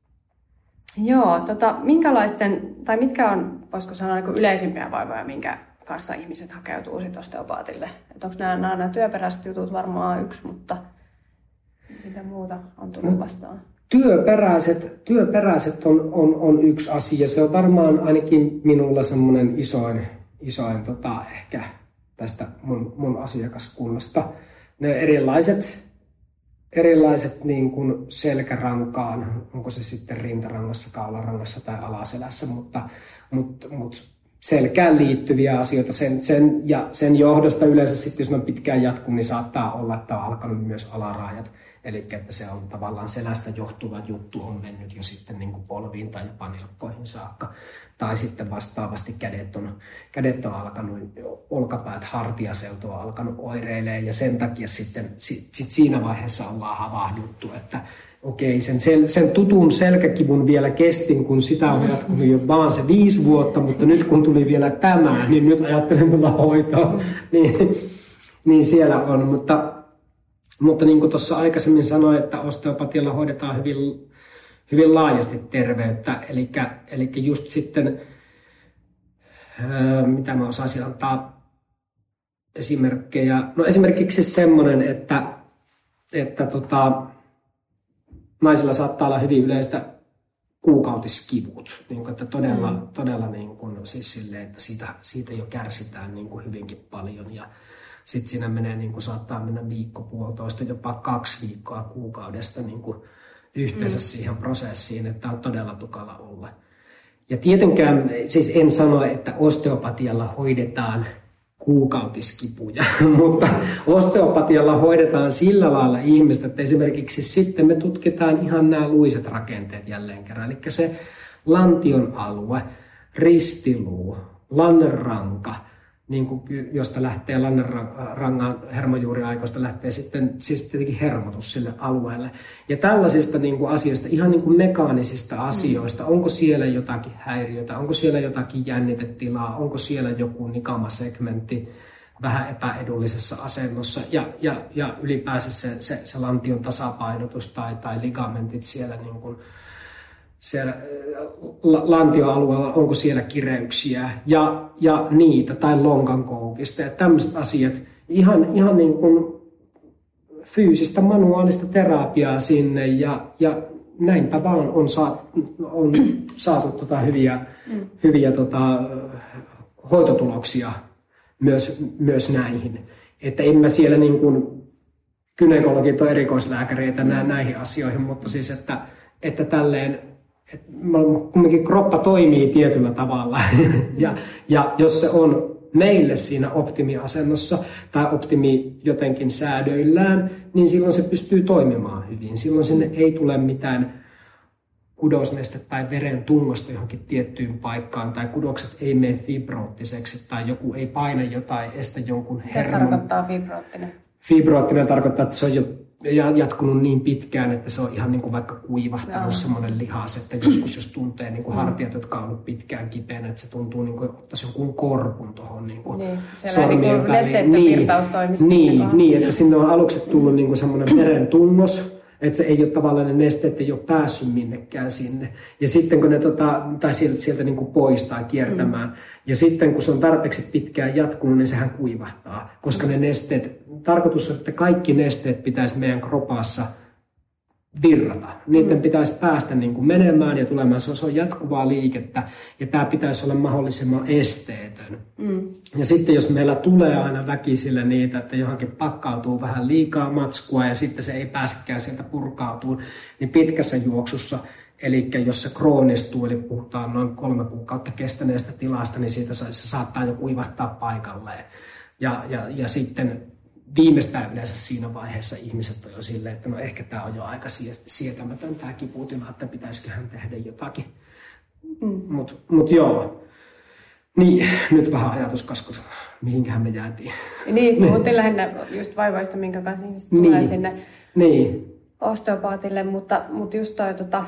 [SPEAKER 1] Joo, tota, minkälaisten, tai mitkä on, voisiko sanoa, niin yleisimpiä vaivoja, minkä kanssa ihmiset hakeutuu sit osteopaatille? Et onko nämä, nämä, nämä työperäiset jutut varmaan yksi, mutta mitä muuta on tullut vastaan?
[SPEAKER 2] Työperäiset, työperäiset on, on, on yksi asia. Se on varmaan ainakin minulla semmoinen isoin, isoin tota, ehkä tästä mun, mun asiakaskunnasta. Ne erilaiset, erilaiset niin kuin selkärankaan, onko se sitten rintarangassa, kaularangassa tai alaselässä, mutta, mutta, mutta selkään liittyviä asioita. Sen, sen, ja sen johdosta yleensä sitten, jos mä pitkään jatkun, niin saattaa olla, että on alkanut myös alaraajat. Eli että se on tavallaan selästä johtuva juttu on mennyt jo sitten niin kuin polviin tai jopa nilkkoihin saakka. Tai sitten vastaavasti kädet on, kädet on alkanut, olkapäät, hartiaseutu on alkanut oireilemaan. Ja sen takia sitten sit, sit siinä vaiheessa ollaan havahduttu, että okei, sen, sel, sen tutun selkäkivun vielä kestin, kun sitä on jatkunut jo vaan se viisi vuotta, mutta nyt kun tuli vielä tämä, niin nyt ajattelen tulla hoitoon. niin, niin siellä on, mutta... Mutta niin kuin tuossa aikaisemmin sanoin, että osteopatialla hoidetaan hyvin, hyvin laajasti terveyttä. Eli, eli just sitten, ää, mitä mä osaisin antaa esimerkkejä. No esimerkiksi semmoinen, että, että tota, naisilla saattaa olla hyvin yleistä kuukautiskivut. Niin kuin, että todella, mm. todella niin kuin, siis silleen, että siitä, siitä jo kärsitään niin kuin hyvinkin paljon. Ja sitten siinä menee, niin kuin saattaa mennä viikko, puolitoista, jopa kaksi viikkoa kuukaudesta niin kuin yhteensä mm. siihen prosessiin, että on todella tukala olla. Ja tietenkään, siis en sano, että osteopatialla hoidetaan kuukautiskipuja, mutta osteopatialla hoidetaan sillä lailla ihmistä, että esimerkiksi sitten me tutkitaan ihan nämä luiset rakenteet jälleen kerran. Eli se lantion alue, ristiluu, lanneranka, niin kuin, josta lähtee Lannenrangan hermojuuriaikoista, lähtee sitten siis tietenkin hermotus sille alueelle. Ja tällaisista niin kuin asioista, ihan niin kuin mekaanisista asioista, onko siellä jotakin häiriötä, onko siellä jotakin jännitetilaa, onko siellä joku nikamasegmentti vähän epäedullisessa asennossa ja, ja, ja ylipäänsä se, se, se lantion tasapainotus tai, tai ligamentit siellä, niin kuin, siellä lantioalueella, onko siellä kireyksiä ja, ja niitä tai lonkan koukista ja tämmöiset asiat. Ihan, ihan niin kuin fyysistä manuaalista terapiaa sinne ja, ja näinpä vaan on, saa, on saatu tota hyviä, mm. hyviä tota, hoitotuloksia myös, myös näihin. Että en mä siellä niin kuin gynekologit on erikoislääkäreitä nä, näihin asioihin, mutta siis että, että tälleen, että kumminkin kroppa toimii tietyllä tavalla ja, ja jos se on meille siinä optimiasennossa tai optimi jotenkin säädöillään, niin silloin se pystyy toimimaan hyvin. Silloin sinne ei tule mitään kudosnestettä tai veren tungosta johonkin tiettyyn paikkaan, tai kudokset ei mene fibroottiseksi, tai joku ei paina jotain, estä jonkun hermon.
[SPEAKER 1] Mitä tarkoittaa fibroottinen?
[SPEAKER 2] Fibroottinen tarkoittaa, että se on jo jatkunut niin pitkään, että se on ihan niin kuin vaikka kuivahtanut Jaa. semmoinen lihas, että joskus jos tuntee niin kuin hartiat, jotka on ollut pitkään kipeänä, että se tuntuu niin kuin ottaisi jonkun korpun tuohon niin kuin niin, sormien niin väliin.
[SPEAKER 1] Niin,
[SPEAKER 2] niin, niin, että sinne on aluksi tullut niin kuin semmoinen veren tungos, että se ei ole tavallaan, ne nesteet ei ole päässyt minnekään sinne. Ja sitten kun ne tota, tai sieltä, sieltä niin kuin poistaa kiertämään. Mm. Ja sitten kun se on tarpeeksi pitkään jatkunut, niin sehän kuivahtaa. Koska ne nesteet, tarkoitus on, että kaikki nesteet pitäisi meidän kropassa virrata. Niiden mm. pitäisi päästä niin kuin menemään ja tulemaan. Se on jatkuvaa liikettä ja tämä pitäisi olla mahdollisimman esteetön. Mm. Ja sitten jos meillä tulee aina väkisillä niitä, että johonkin pakkautuu vähän liikaa matskua ja sitten se ei pääsekään sieltä purkautumaan, niin pitkässä juoksussa, eli jos se kroonistuu, eli puhutaan noin kolme kuukautta kestäneestä tilasta, niin siitä se saattaa jo kuivahtaa paikalleen. Ja, ja, ja sitten viimeistään yleensä siinä vaiheessa ihmiset on jo silleen, että no ehkä tämä on jo aika sietämätön tämä kiputila, että pitäisiköhän tehdä jotakin. Mm. Mutta mut joo, niin nyt vähän ajatuskaskut, mihinkähän me jäätiin.
[SPEAKER 1] Niin, puhuttiin lähinnä just vaivoista, minkä kanssa ihmiset tulee
[SPEAKER 2] niin.
[SPEAKER 1] sinne
[SPEAKER 2] niin.
[SPEAKER 1] osteopaatille, mutta, mutta just toi tota,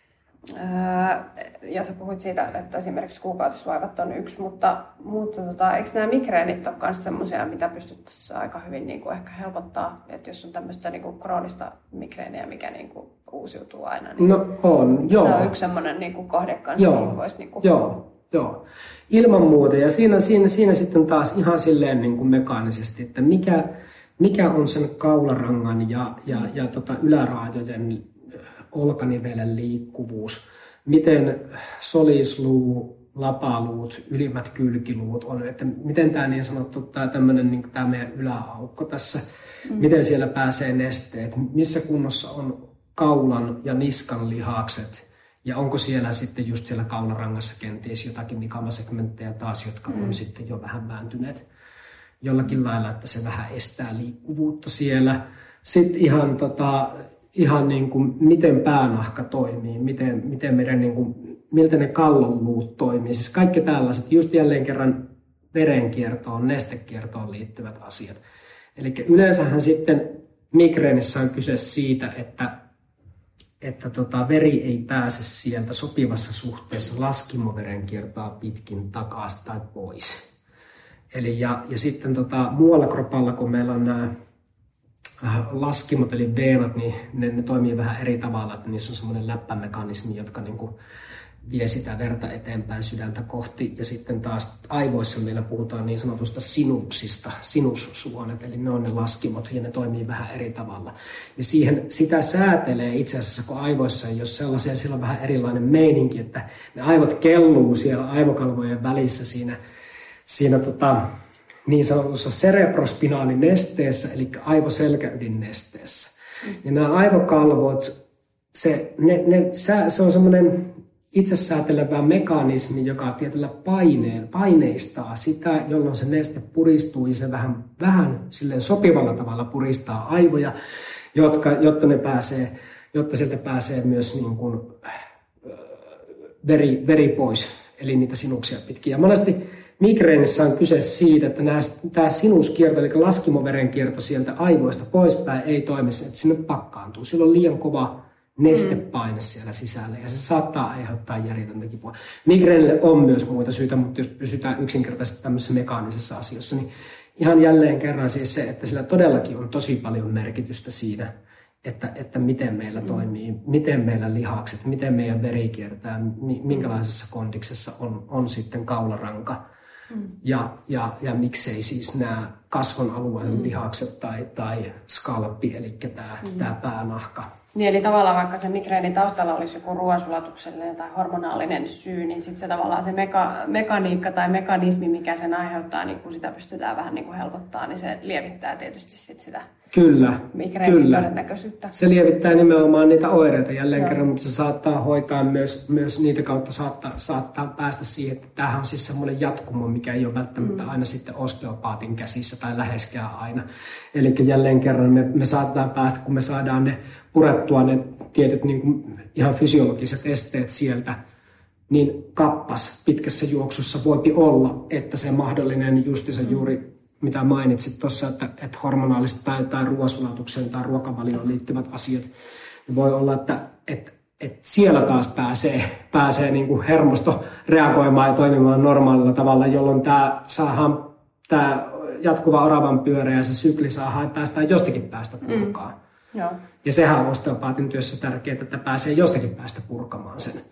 [SPEAKER 1] ää, ja sä puhuit siitä, että esimerkiksi kuukautisvaivat on yksi, mutta, mutta tota, eikö nämä migreenit ole myös semmoisia, mitä pystyttäisiin aika hyvin niin kuin ehkä helpottaa, että jos on tämmöistä niin kuin kroonista migreeniä, mikä niin kuin uusiutuu aina, niin
[SPEAKER 2] no on, joo.
[SPEAKER 1] Tämä on yksi semmoinen niin kuin kohde kanssa,
[SPEAKER 2] joo.
[SPEAKER 1] mihin voisi niin kuin...
[SPEAKER 2] Joo. Joo, ilman muuta. Ja siinä, siinä, siinä sitten taas ihan silleen niin kuin mekaanisesti, että mikä, mikä on sen kaularangan ja, ja, ja tota yläraajojen olkanivelen liikkuvuus. Miten solisluu, lapaluut, ylimmät kylkiluut on, että miten tämä niin sanottu, tämä, tämmöinen, niin tämä meidän yläaukko tässä, mm. miten siellä pääsee nesteet, missä kunnossa on kaulan ja niskan lihakset. Ja onko siellä sitten just siellä kaularangassa kenties jotakin nikamasegmenttejä taas, jotka on mm. sitten jo vähän vääntyneet jollakin lailla, että se vähän estää liikkuvuutta siellä. Sitten ihan, tota, ihan niin kuin, miten päänahka toimii, miten, miten meidän, niin kuin, miltä ne kallonluut toimii. Siis kaikki tällaiset, just jälleen kerran verenkiertoon, nestekiertoon liittyvät asiat. Eli yleensähän sitten migreenissä on kyse siitä, että että tota, veri ei pääse sieltä sopivassa suhteessa laskimoverenkiertoa pitkin takaisin tai pois. Eli ja, ja sitten tota, muualla kropalla, kun meillä on nämä laskimot eli veenat, niin ne, ne toimii vähän eri tavalla, että niissä on semmoinen läppämekanismi, jotka niin kuin vie sitä verta eteenpäin sydäntä kohti. Ja sitten taas aivoissa meillä puhutaan niin sanotusta sinuksista, sinussuonet, eli ne on ne laskimot ja ne toimii vähän eri tavalla. Ja siihen, sitä säätelee itse asiassa, kun aivoissa ei ole sellaisia, siellä on vähän erilainen meininki, että ne aivot kelluu siellä aivokalvojen välissä siinä, siinä tota, niin sanotussa cerebrospinaalinesteessä, eli aivoselkäydinnesteessä. Mm. Ja nämä aivokalvot, se, ne, ne, se on semmoinen itsesäätelevä mekanismi, joka tietyllä paineen, paineistaa sitä, jolloin se neste puristuu ja se vähän, vähän silleen sopivalla tavalla puristaa aivoja, jotka, jotta, ne pääsee, jotta sieltä pääsee myös niin kuin veri, veri pois, eli niitä sinuksia pitkin. Ja monesti, migreenissä on kyse siitä, että nämä, tämä sinuskierto, eli laskimoverenkierto sieltä aivoista poispäin ei toimi, että sinne pakkaantuu. Sillä on liian kova nestepaine siellä sisällä ja se saattaa aiheuttaa järjetöntä kipua. Migreenille on myös muita syitä, mutta jos pysytään yksinkertaisesti tämmöisessä mekaanisessa asiassa, niin ihan jälleen kerran siis se, että sillä todellakin on tosi paljon merkitystä siinä, että, että miten meillä toimii, miten meillä lihakset, miten meidän veri kiertää, minkälaisessa kondiksessa on, on sitten kaularanka mm. ja, ja, ja miksei siis nämä kasvon alueen mm. lihakset tai, tai skalppi, eli tämä, mm. tämä päänahka.
[SPEAKER 1] Niin, eli tavallaan vaikka se migreenin taustalla olisi joku ruoansulatuksellinen tai hormonaalinen syy, niin sitten se tavallaan se meka, mekaniikka tai mekanismi, mikä sen aiheuttaa, niin kun sitä pystytään vähän niin kuin helpottaa, niin se lievittää tietysti sit sitä
[SPEAKER 2] kyllä,
[SPEAKER 1] migreenin
[SPEAKER 2] kyllä.
[SPEAKER 1] todennäköisyyttä.
[SPEAKER 2] Se lievittää nimenomaan niitä oireita jälleen Joo. kerran, mutta se saattaa hoitaa myös, myös niitä kautta saattaa, saattaa päästä siihen, että tämähän on siis semmoinen jatkumo, mikä ei ole välttämättä mm. aina sitten osteopaatin käsissä tai läheskään aina. Eli jälleen kerran me, me saattaa päästä, kun me saadaan ne purettua ne tietyt niin kuin ihan fysiologiset esteet sieltä, niin kappas pitkässä juoksussa voipi olla, että se mahdollinen justiinsa juuri, mitä mainitsit tuossa, että, että hormonaaliset tai, tai ruoansulatukseen tai ruokavalioon liittyvät asiat, niin voi olla, että, että, että siellä taas pääsee, pääsee niin kuin hermosto reagoimaan ja toimimaan normaalilla tavalla, jolloin tämä saadaan tämä jatkuva oravan pyörä ja se sykli saadaan, että päästään jostakin päästä purkaan. Mm.
[SPEAKER 1] Joo.
[SPEAKER 2] Ja sehän on osteopaatin työssä tärkeää, että pääsee jostakin päästä purkamaan sen.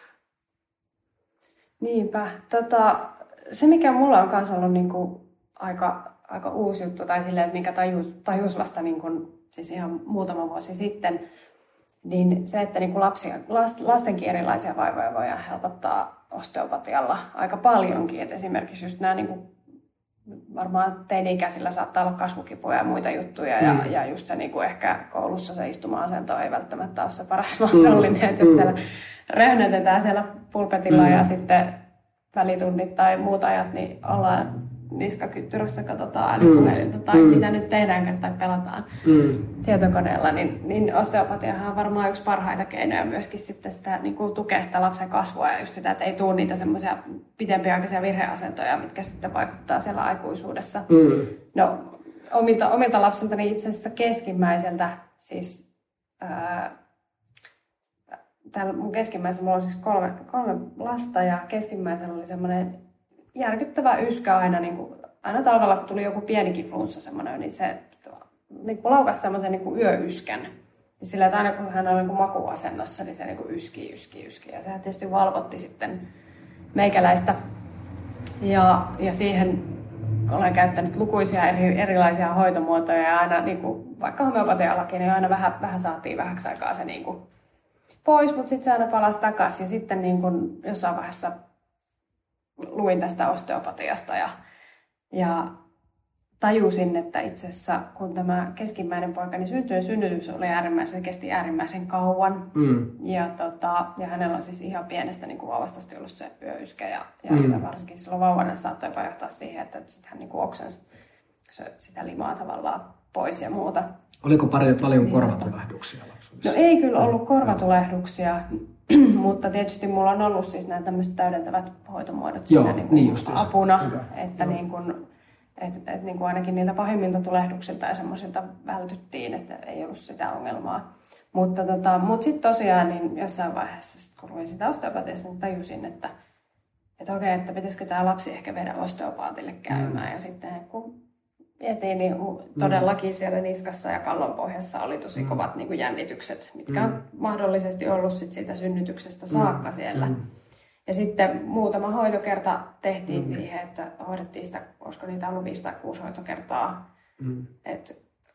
[SPEAKER 1] Niinpä. Tota, se, mikä mulla on myös ollut niin kuin aika, aika uusi juttu, tai silleen, että mikä tajus, tajus vasta niin kuin, siis ihan muutama vuosi sitten, niin se, että niin kuin lapsi, lastenkin erilaisia vaivoja voidaan helpottaa osteopatialla aika paljonkin. Et esimerkiksi just nämä niin kuin varmaan teini-ikäisillä saattaa olla kasvukipuja ja muita juttuja, mm. ja, ja just se niin kuin ehkä koulussa se istuma-asento ei välttämättä ole se paras mahdollinen, mm. että jos siellä röhnötetään siellä pulpetilla mm. ja sitten välitunnit tai muut ajat, niin ollaan niskakyttyrässä, katsotaan älypuhelinta tai mm. mitä nyt tehdäänkään tai pelataan mm. tietokoneella, niin, niin osteopatiahan on varmaan yksi parhaita keinoja myöskin sitten sitä, niin kuin tukea sitä lapsen kasvua ja just sitä, että ei tule niitä semmoisia pitempiaikaisia virheasentoja, mitkä sitten vaikuttaa siellä aikuisuudessa. Mm. No, omilta, omilta lapsiltani itse asiassa keskimmäiseltä, siis ää, täällä mun keskimmäisellä, mulla on siis kolme, kolme lasta ja keskimmäisellä oli semmoinen järkyttävä yskä aina, niin kuin, aina talvella, kun tuli joku pienikin flunssa semmoinen, niin se niin kuin laukasi semmoisen niin kuin yöyskän. Ja sillä, että aina kun hän oli niin kuin makuasennossa, niin se niin kuin yski, yski, yski. Ja sehän tietysti valvotti sitten meikäläistä. Ja, ja siihen olen käyttänyt lukuisia eri, erilaisia hoitomuotoja. Ja aina, niin kuin, vaikka homeopatiallakin, niin aina vähän, vähän saatiin vähäksi aikaa se niin kuin pois, mutta sitten se aina palasi takaisin. Ja sitten niin kuin jossain vaiheessa luin tästä osteopatiasta ja, ja tajusin, että itse asiassa kun tämä keskimmäinen poikani syntyi, synnytys oli äärimmäisen, kesti äärimmäisen kauan. Mm. Ja, tota, ja hänellä on siis ihan pienestä niin kuin vauvasta asti ollut se yöyskä ja, ja mm. varsinkin silloin vauvana saattoi jopa johtaa siihen, että sitten hän niin kuin oksensi sitä limaa tavallaan pois ja muuta.
[SPEAKER 2] Oliko paljon, paljon korvatulehduksia lapsuudessa?
[SPEAKER 1] No ei kyllä ollut korvatulehduksia. Mutta tietysti mulla on ollut siis nämä tämmöiset täydentävät hoitomuodot
[SPEAKER 2] Joo,
[SPEAKER 1] siinä niin
[SPEAKER 2] niin
[SPEAKER 1] apuna,
[SPEAKER 2] Hyvä.
[SPEAKER 1] että niin kuin, et, et niin kuin ainakin niiltä pahimmilta tulehduksilta ja semmoisilta vältyttiin, että ei ollut sitä ongelmaa. Mutta tota, mut sitten tosiaan niin jossain vaiheessa, sit kun luin sitä osteopatiasta, niin tajusin, että et okei, että pitäisikö tämä lapsi ehkä viedä osteopaatille käymään. Mm. Ja sitten kun mietin, niin todellakin siellä niskassa ja kallonpohjassa oli tosi mm. kovat niin kuin jännitykset, mitkä mm. on mahdollisesti ollut sit siitä synnytyksestä saakka mm. siellä. Mm. Ja sitten muutama hoitokerta tehtiin mm. siihen, että hoidettiin sitä, olisiko niitä ollut viisi tai kuusi hoitokertaa. Mm. Että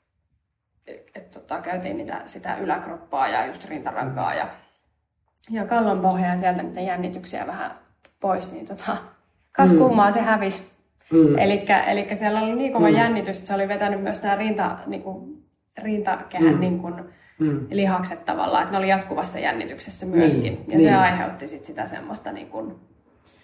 [SPEAKER 1] et, tota, käytiin niitä, sitä yläkroppaa ja just rintarankaa ja, ja kallonpohjaa ja sieltä niitä jännityksiä vähän pois, niin tota, kas kummaa se hävisi. Mm. Elikkä, elikkä siellä oli niin kova mm. jännitys, että se oli vetänyt myös nämä rinta, niin kuin, rintakehän mm. niin kuin, mm. lihakset tavallaan, että ne oli jatkuvassa jännityksessä myöskin. Niin. Ja niin. se aiheutti sit sitä semmoista niin kuin,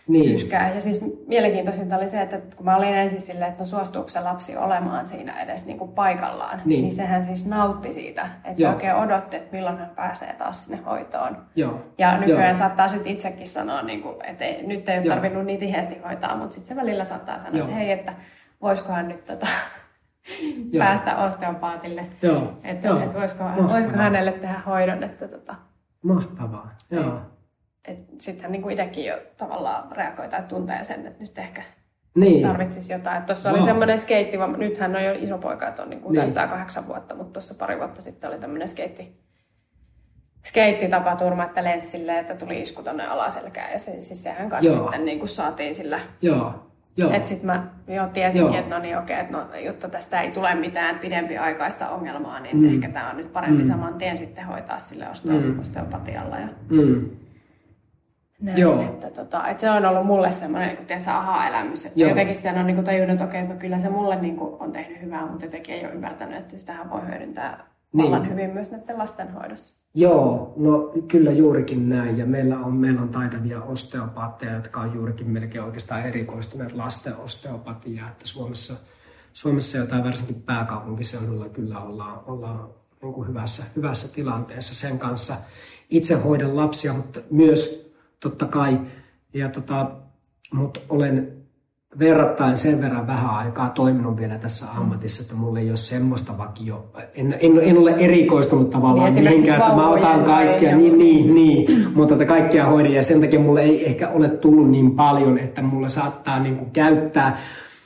[SPEAKER 2] niin.
[SPEAKER 1] yskää. Ja siis mielenkiintoisinta oli se, että kun mä olin ensin silleen, että no suostuuko se lapsi olemaan siinä edes niin kuin paikallaan, niin. niin sehän siis nautti siitä, että Joo. se oikein odotti, että milloin hän pääsee taas sinne hoitoon.
[SPEAKER 2] Joo.
[SPEAKER 1] Ja nykyään Joo. saattaa sitten itsekin sanoa, niin kuin, että ei, nyt ei ole Joo. tarvinnut niin tiheästi hoitaa, mutta sitten se välillä saattaa sanoa, Joo. että hei, että voisikohan nyt tota, päästä osteopaatille,
[SPEAKER 2] Joo.
[SPEAKER 1] että, Joo. että voisiko, voisiko hänelle tehdä hoidon. Että, tota,
[SPEAKER 2] Mahtavaa, Joo.
[SPEAKER 1] Sitten hän niin itsekin jo tavallaan reagoi tai tuntee sen, että nyt ehkä
[SPEAKER 2] niin.
[SPEAKER 1] tarvitsisi jotain. Tuossa wow. oli semmoinen skeitti, nyt hän on jo iso poika, että on niin niin. täyttää kahdeksan vuotta, mutta tuossa pari vuotta sitten oli tämmöinen skeitti, skeittitapaturma, että lensi silleen, että tuli isku tonne alaselkään ja se, siis sehän kanssa Joo. sitten niin kuin saatiin sillä.
[SPEAKER 2] Joo.
[SPEAKER 1] Että sitten mä jo tiesinkin, Joo. että no niin okei, että no, jotta tästä ei tule mitään pidempiaikaista ongelmaa, niin mm. ehkä tämä on nyt parempi mm. saman tien sitten hoitaa sille osteo- osteopatialla. Ja
[SPEAKER 2] mm.
[SPEAKER 1] näin, Joo. Että, tota, että se on ollut mulle semmoinen niin tiedätkö, aha-elämys. Että jotenkin sen on niin kuin tajunnut, että okei, että no, kyllä se mulle niin kuin, on tehnyt hyvää, mutta jotenkin ei ole ymmärtänyt, että sitähän voi hyödyntää niin. vallan hyvin myös näiden lastenhoidossa.
[SPEAKER 2] Joo, no kyllä juurikin näin. Ja meillä on, meillä on taitavia osteopaatteja, jotka on juurikin melkein oikeastaan erikoistuneet lasten osteopatiaan. Että Suomessa, Suomessa jotain varsinkin pääkaupunkiseudulla kyllä ollaan, ollaan niin kuin hyvässä, hyvässä tilanteessa sen kanssa. Itse hoidan lapsia, mutta myös totta kai. Ja tota, mutta olen verrattain sen verran vähän aikaa toiminut vielä tässä ammatissa, että mulla ei ole semmoista vakio. En, en, en ole erikoistunut tavallaan niin mihinkään, että mä otan kaikkia, niin, niin, niin, mutta että kaikkia hoidan. Ja sen takia mulle ei ehkä ole tullut niin paljon, että mulla saattaa niin kuin käyttää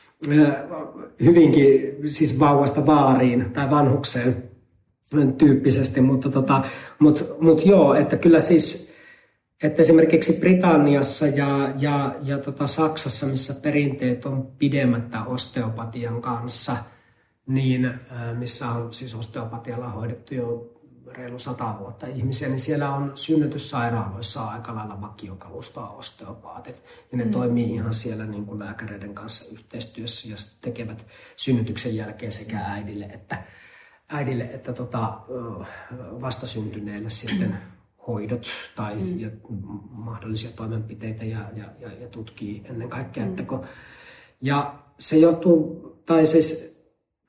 [SPEAKER 2] hyvinkin siis vauvasta vaariin tai vanhukseen tyyppisesti. Mutta tota, mut, mut joo, että kyllä siis että esimerkiksi Britanniassa ja, ja, ja tota Saksassa, missä perinteet on pidemmättä osteopatian kanssa, niin missä on siis osteopatialla hoidettu jo reilu sata vuotta ihmisiä, niin siellä on synnytyssairaaloissa aika lailla vakiokalustoa osteopaatit. Ja ne mm. toimii ihan siellä niin kuin lääkäreiden kanssa yhteistyössä ja tekevät synnytyksen jälkeen sekä äidille että, äidille että tota, vastasyntyneelle sitten hoidot tai mm. ja mahdollisia toimenpiteitä ja, ja, ja, ja tutkii ennen kaikkea. Mm. Että kun, ja se johtuu, tai siis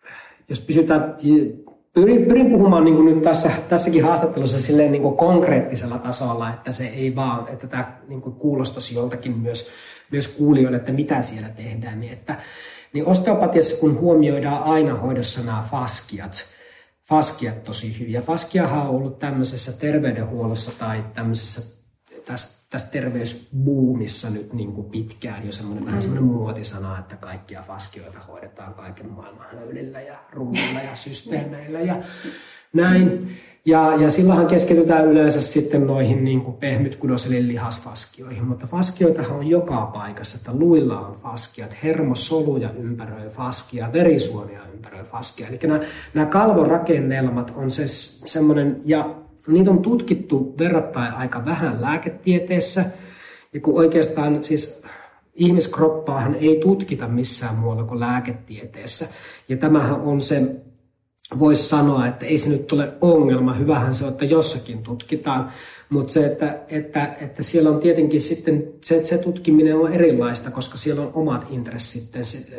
[SPEAKER 2] jos pysytään, pyrin, pyrin puhumaan niin kuin nyt tässä, tässäkin haastattelussa silleen niin kuin konkreettisella tasolla, että se ei vaan, että tämä niin kuin kuulostaisi joltakin myös, myös kuulijoille, että mitä siellä tehdään. Niin, että, niin osteopatiassa kun huomioidaan aina hoidossa nämä faskiat, Faskiat tosi hyviä. Faskiahan on ollut tämmöisessä terveydenhuollossa tai tämmöisessä tässä, tässä terveysbuumissa nyt niin kuin pitkään jo semmoinen, mm. vähän semmoinen muotisana, että kaikkia faskioita hoidetaan kaiken maailman höylillä ja rummilla ja systeemeillä ja näin. Ja, ja silloinhan keskitytään yleensä sitten noihin niin kuin pehmytkudos- eli lihasfaskioihin, mutta faskioitahan on joka paikassa, että luilla on faskiat, hermosoluja ympäröi faskia, verisuonia ympäröi faskia. Eli nämä, nämä kalvorakennelmat on se semmoinen, ja niitä on tutkittu verrattain aika vähän lääketieteessä, ja kun oikeastaan siis ihmiskroppaahan ei tutkita missään muualla kuin lääketieteessä, ja tämähän on se, voisi sanoa, että ei se nyt ole ongelma, hyvähän se on, että jossakin tutkitaan, mutta se, että, että, että siellä on tietenkin sitten, se, se tutkiminen on erilaista, koska siellä on omat intressit,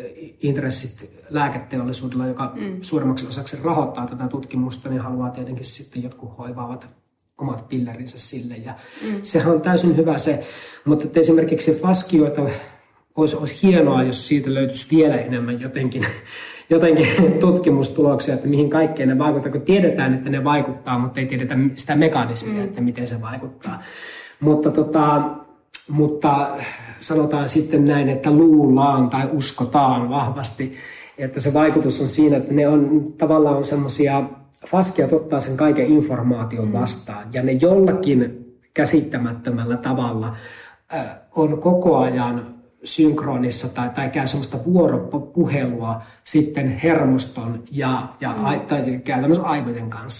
[SPEAKER 2] intressit lääketeollisuudella, joka mm. suurimmaksi osaksi rahoittaa tätä tutkimusta, niin haluaa tietenkin sitten jotkut hoivaavat omat pillerinsä sille, ja mm. sehän on täysin hyvä se, mutta että esimerkiksi faskioita olisi, olisi hienoa, jos siitä löytyisi vielä enemmän jotenkin, jotenkin tutkimustuloksia, että mihin kaikkeen ne vaikuttaa, kun tiedetään, että ne vaikuttaa, mutta ei tiedetä sitä mekanismia, mm. että miten se vaikuttaa. Mutta, tota, mutta sanotaan sitten näin, että luullaan tai uskotaan vahvasti, että se vaikutus on siinä, että ne on tavallaan on semmoisia, faskiat ottaa sen kaiken informaation vastaan, ja ne jollakin käsittämättömällä tavalla äh, on koko ajan synkronissa tai, tai käy semmoista vuoropuhelua sitten hermoston ja, ja mm. tai käytännössä aivojen kanssa.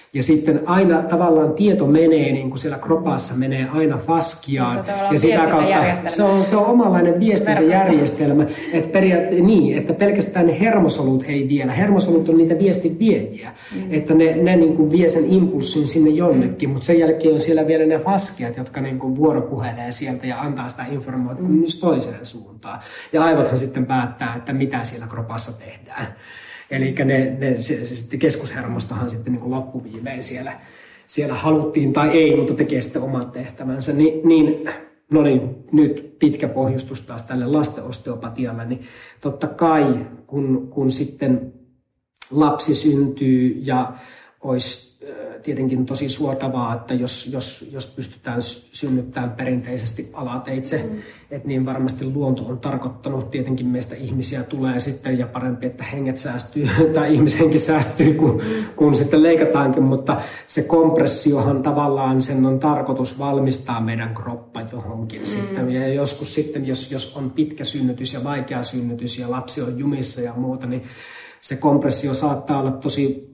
[SPEAKER 2] Ja sitten aina tavallaan tieto menee, niin kuin siellä kropassa menee aina faskiaan. Ja sitä kautta se on, se on omanlainen viestintäjärjestelmä. Että, periaate, niin, että pelkästään ne hermosolut ei vielä. Hermosolut on niitä viestin viejiä. Mm. Että ne, ne niin kuin vie sen impulssin sinne jonnekin. Mm. Mutta sen jälkeen on siellä vielä ne faskiat, jotka niin kuin vuoropuhelee sieltä ja antaa sitä informaatiota mm. myös toiseen suuntaan. Ja aivothan sitten päättää, että mitä siellä kropassa tehdään. Eli ne, ne, se, se sitten keskushermostohan sitten niin kuin loppuviimein siellä, siellä haluttiin tai ei, mutta tekee sitten omat tehtävänsä. Ni, niin, no niin, nyt pitkä pohjustus taas tälle lastenosteopatialle, niin totta kai kun, kun sitten lapsi syntyy ja olisi tietenkin tosi suotavaa, että jos, jos, jos pystytään synnyttämään perinteisesti alateitse, mm. että niin varmasti luonto on tarkoittanut, tietenkin meistä ihmisiä tulee sitten ja parempi, että henget säästyy tai ihmishenki säästyy, kun, kun sitten leikataankin, mutta se kompressiohan tavallaan sen on tarkoitus valmistaa meidän kroppa johonkin mm. sitten. Ja joskus sitten, jos, jos on pitkä synnytys ja vaikea synnytys ja lapsi on jumissa ja muuta, niin se kompressio saattaa olla tosi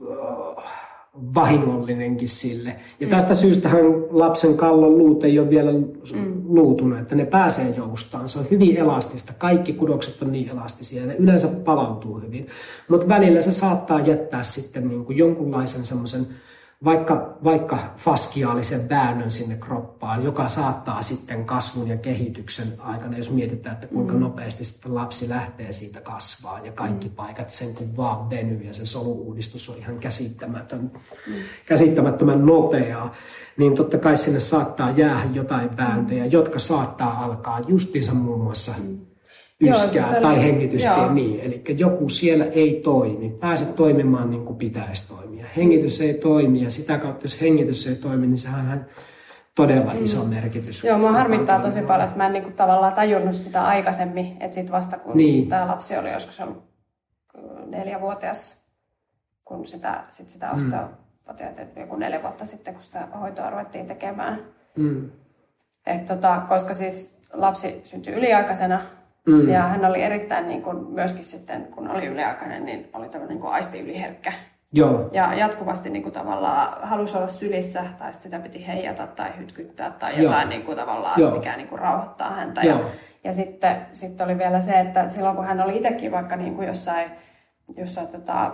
[SPEAKER 2] vahingollinenkin sille. Ja tästä syystähän lapsen kallon luut ei ole vielä mm. luutunut, että ne pääsee joustaan. Se on hyvin elastista. Kaikki kudokset on niin elastisia ja ne yleensä palautuu hyvin. Mutta välillä se saattaa jättää sitten niin kuin jonkunlaisen semmoisen vaikka, vaikka faskiaalisen väännön sinne kroppaan, joka saattaa sitten kasvun ja kehityksen aikana, jos mietitään, että kuinka mm. nopeasti sitten lapsi lähtee siitä kasvaa ja kaikki mm. paikat sen kun vaan venyy ja se solu-uudistus on ihan käsittämätön, mm. käsittämättömän nopeaa, niin totta kai sinne saattaa jäädä jotain vääntöjä, mm. jotka saattaa alkaa justiinsa muun muassa mm. yskää joo, tai hengitystie niin. Eli joku siellä ei toimi, pääse toimimaan niin kuin pitäisi toimia. Hengitys ei toimi ja sitä kautta, jos hengitys ei toimi, niin sehän on todella iso merkitys.
[SPEAKER 1] Joo, mua harmittaa tosi paljon, että mä en niin kuin tavallaan tajunnut sitä aikaisemmin, että sitten vasta kun niin. tämä lapsi oli joskus ollut neljävuotias, kun sitä, sit sitä osteopatiaa, mm. joku neljä vuotta sitten, kun sitä hoitoa ruvettiin tekemään. Mm. Et tota, koska siis lapsi syntyi yliaikaisena, Mm. ja hän oli erittäin, niin kuin, myöskin sitten, kun oli yliaikainen, niin oli tämmöinen niin aistiyliherkkä.
[SPEAKER 2] Joo.
[SPEAKER 1] Ja jatkuvasti niin kuin, tavallaan halusi olla sylissä, tai sitä piti heijata tai hytkyttää tai jotain niin kuin, tavallaan, Joo. mikä niin kuin, rauhoittaa häntä. Ja, ja sitten, sitten oli vielä se, että silloin kun hän oli itsekin vaikka niin kuin jossain, jossain tota,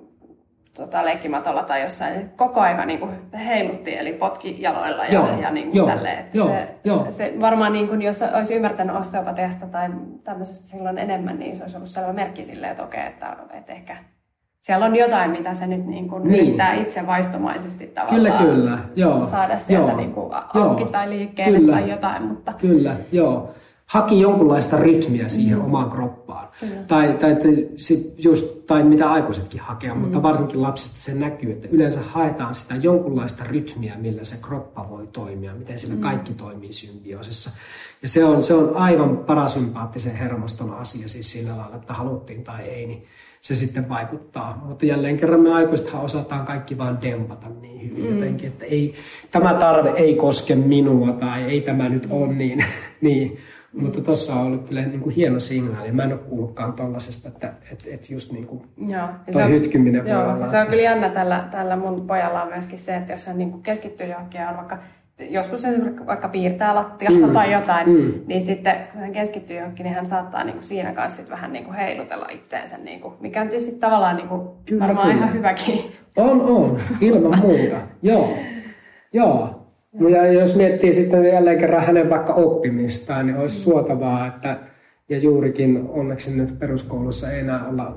[SPEAKER 1] tota, leikkimatolla tai jossain, niin koko ajan niin kuin heilutti, eli potki jaloilla ja, joo, ja niin kuin tälleen. Joo, se, joo. se varmaan, niin kuin, jos olisi ymmärtänyt osteopatiasta tai tämmöisestä silloin enemmän, niin se olisi ollut selvä merkki silleen, että okei, että, että ehkä siellä on jotain, mitä se nyt niin kuin niin. yrittää itse vaistomaisesti tavallaan
[SPEAKER 2] kyllä, kyllä. Joo.
[SPEAKER 1] saada sieltä joo. Niin kuin auki joo. tai liikkeelle kyllä. tai jotain. Mutta...
[SPEAKER 2] Kyllä, joo. Haki jonkunlaista rytmiä siihen mm. omaan kroppaan. Tai, tai, sit just, tai mitä aikuisetkin hakea, mm. mutta varsinkin lapsista se näkyy, että yleensä haetaan sitä jonkunlaista rytmiä, millä se kroppa voi toimia, miten sillä mm. kaikki toimii symbioosissa. Ja se on, se on aivan parasympaattisen hermoston asia, siis sillä lailla, että haluttiin tai ei, niin se sitten vaikuttaa. Mutta jälleen kerran me aikuisethan osataan kaikki vaan dempata niin hyvin mm. jotenkin, että ei, tämä tarve ei koske minua tai ei tämä nyt ole niin. niin. Mutta tuossa on ollut kyllä niin kuin hieno signaali. Mä en ole kuullutkaan tollasesta, että et, et just niin kuin joo, toi on, hytkyminen
[SPEAKER 1] joo,
[SPEAKER 2] voi olla.
[SPEAKER 1] Se on kyllä jännä tällä, tällä mun pojalla on myöskin se, että jos hän niin kuin keskittyy johonkin ja on vaikka, joskus esimerkiksi vaikka piirtää lattialla mm. tai jotain, mm. niin sitten kun hän keskittyy johonkin, niin hän saattaa niin kuin siinä kanssa sit vähän niin kuin heilutella itteensä, niin kuin, mikä on tietysti tavallaan niin kuin varmaan kyllä. ihan hyväkin.
[SPEAKER 2] On, on. Ilman muuta. Joo. Joo. No ja jos miettii sitten jälleen kerran hänen vaikka oppimistaan, niin olisi suotavaa, että ja juurikin onneksi nyt peruskoulussa ei enää olla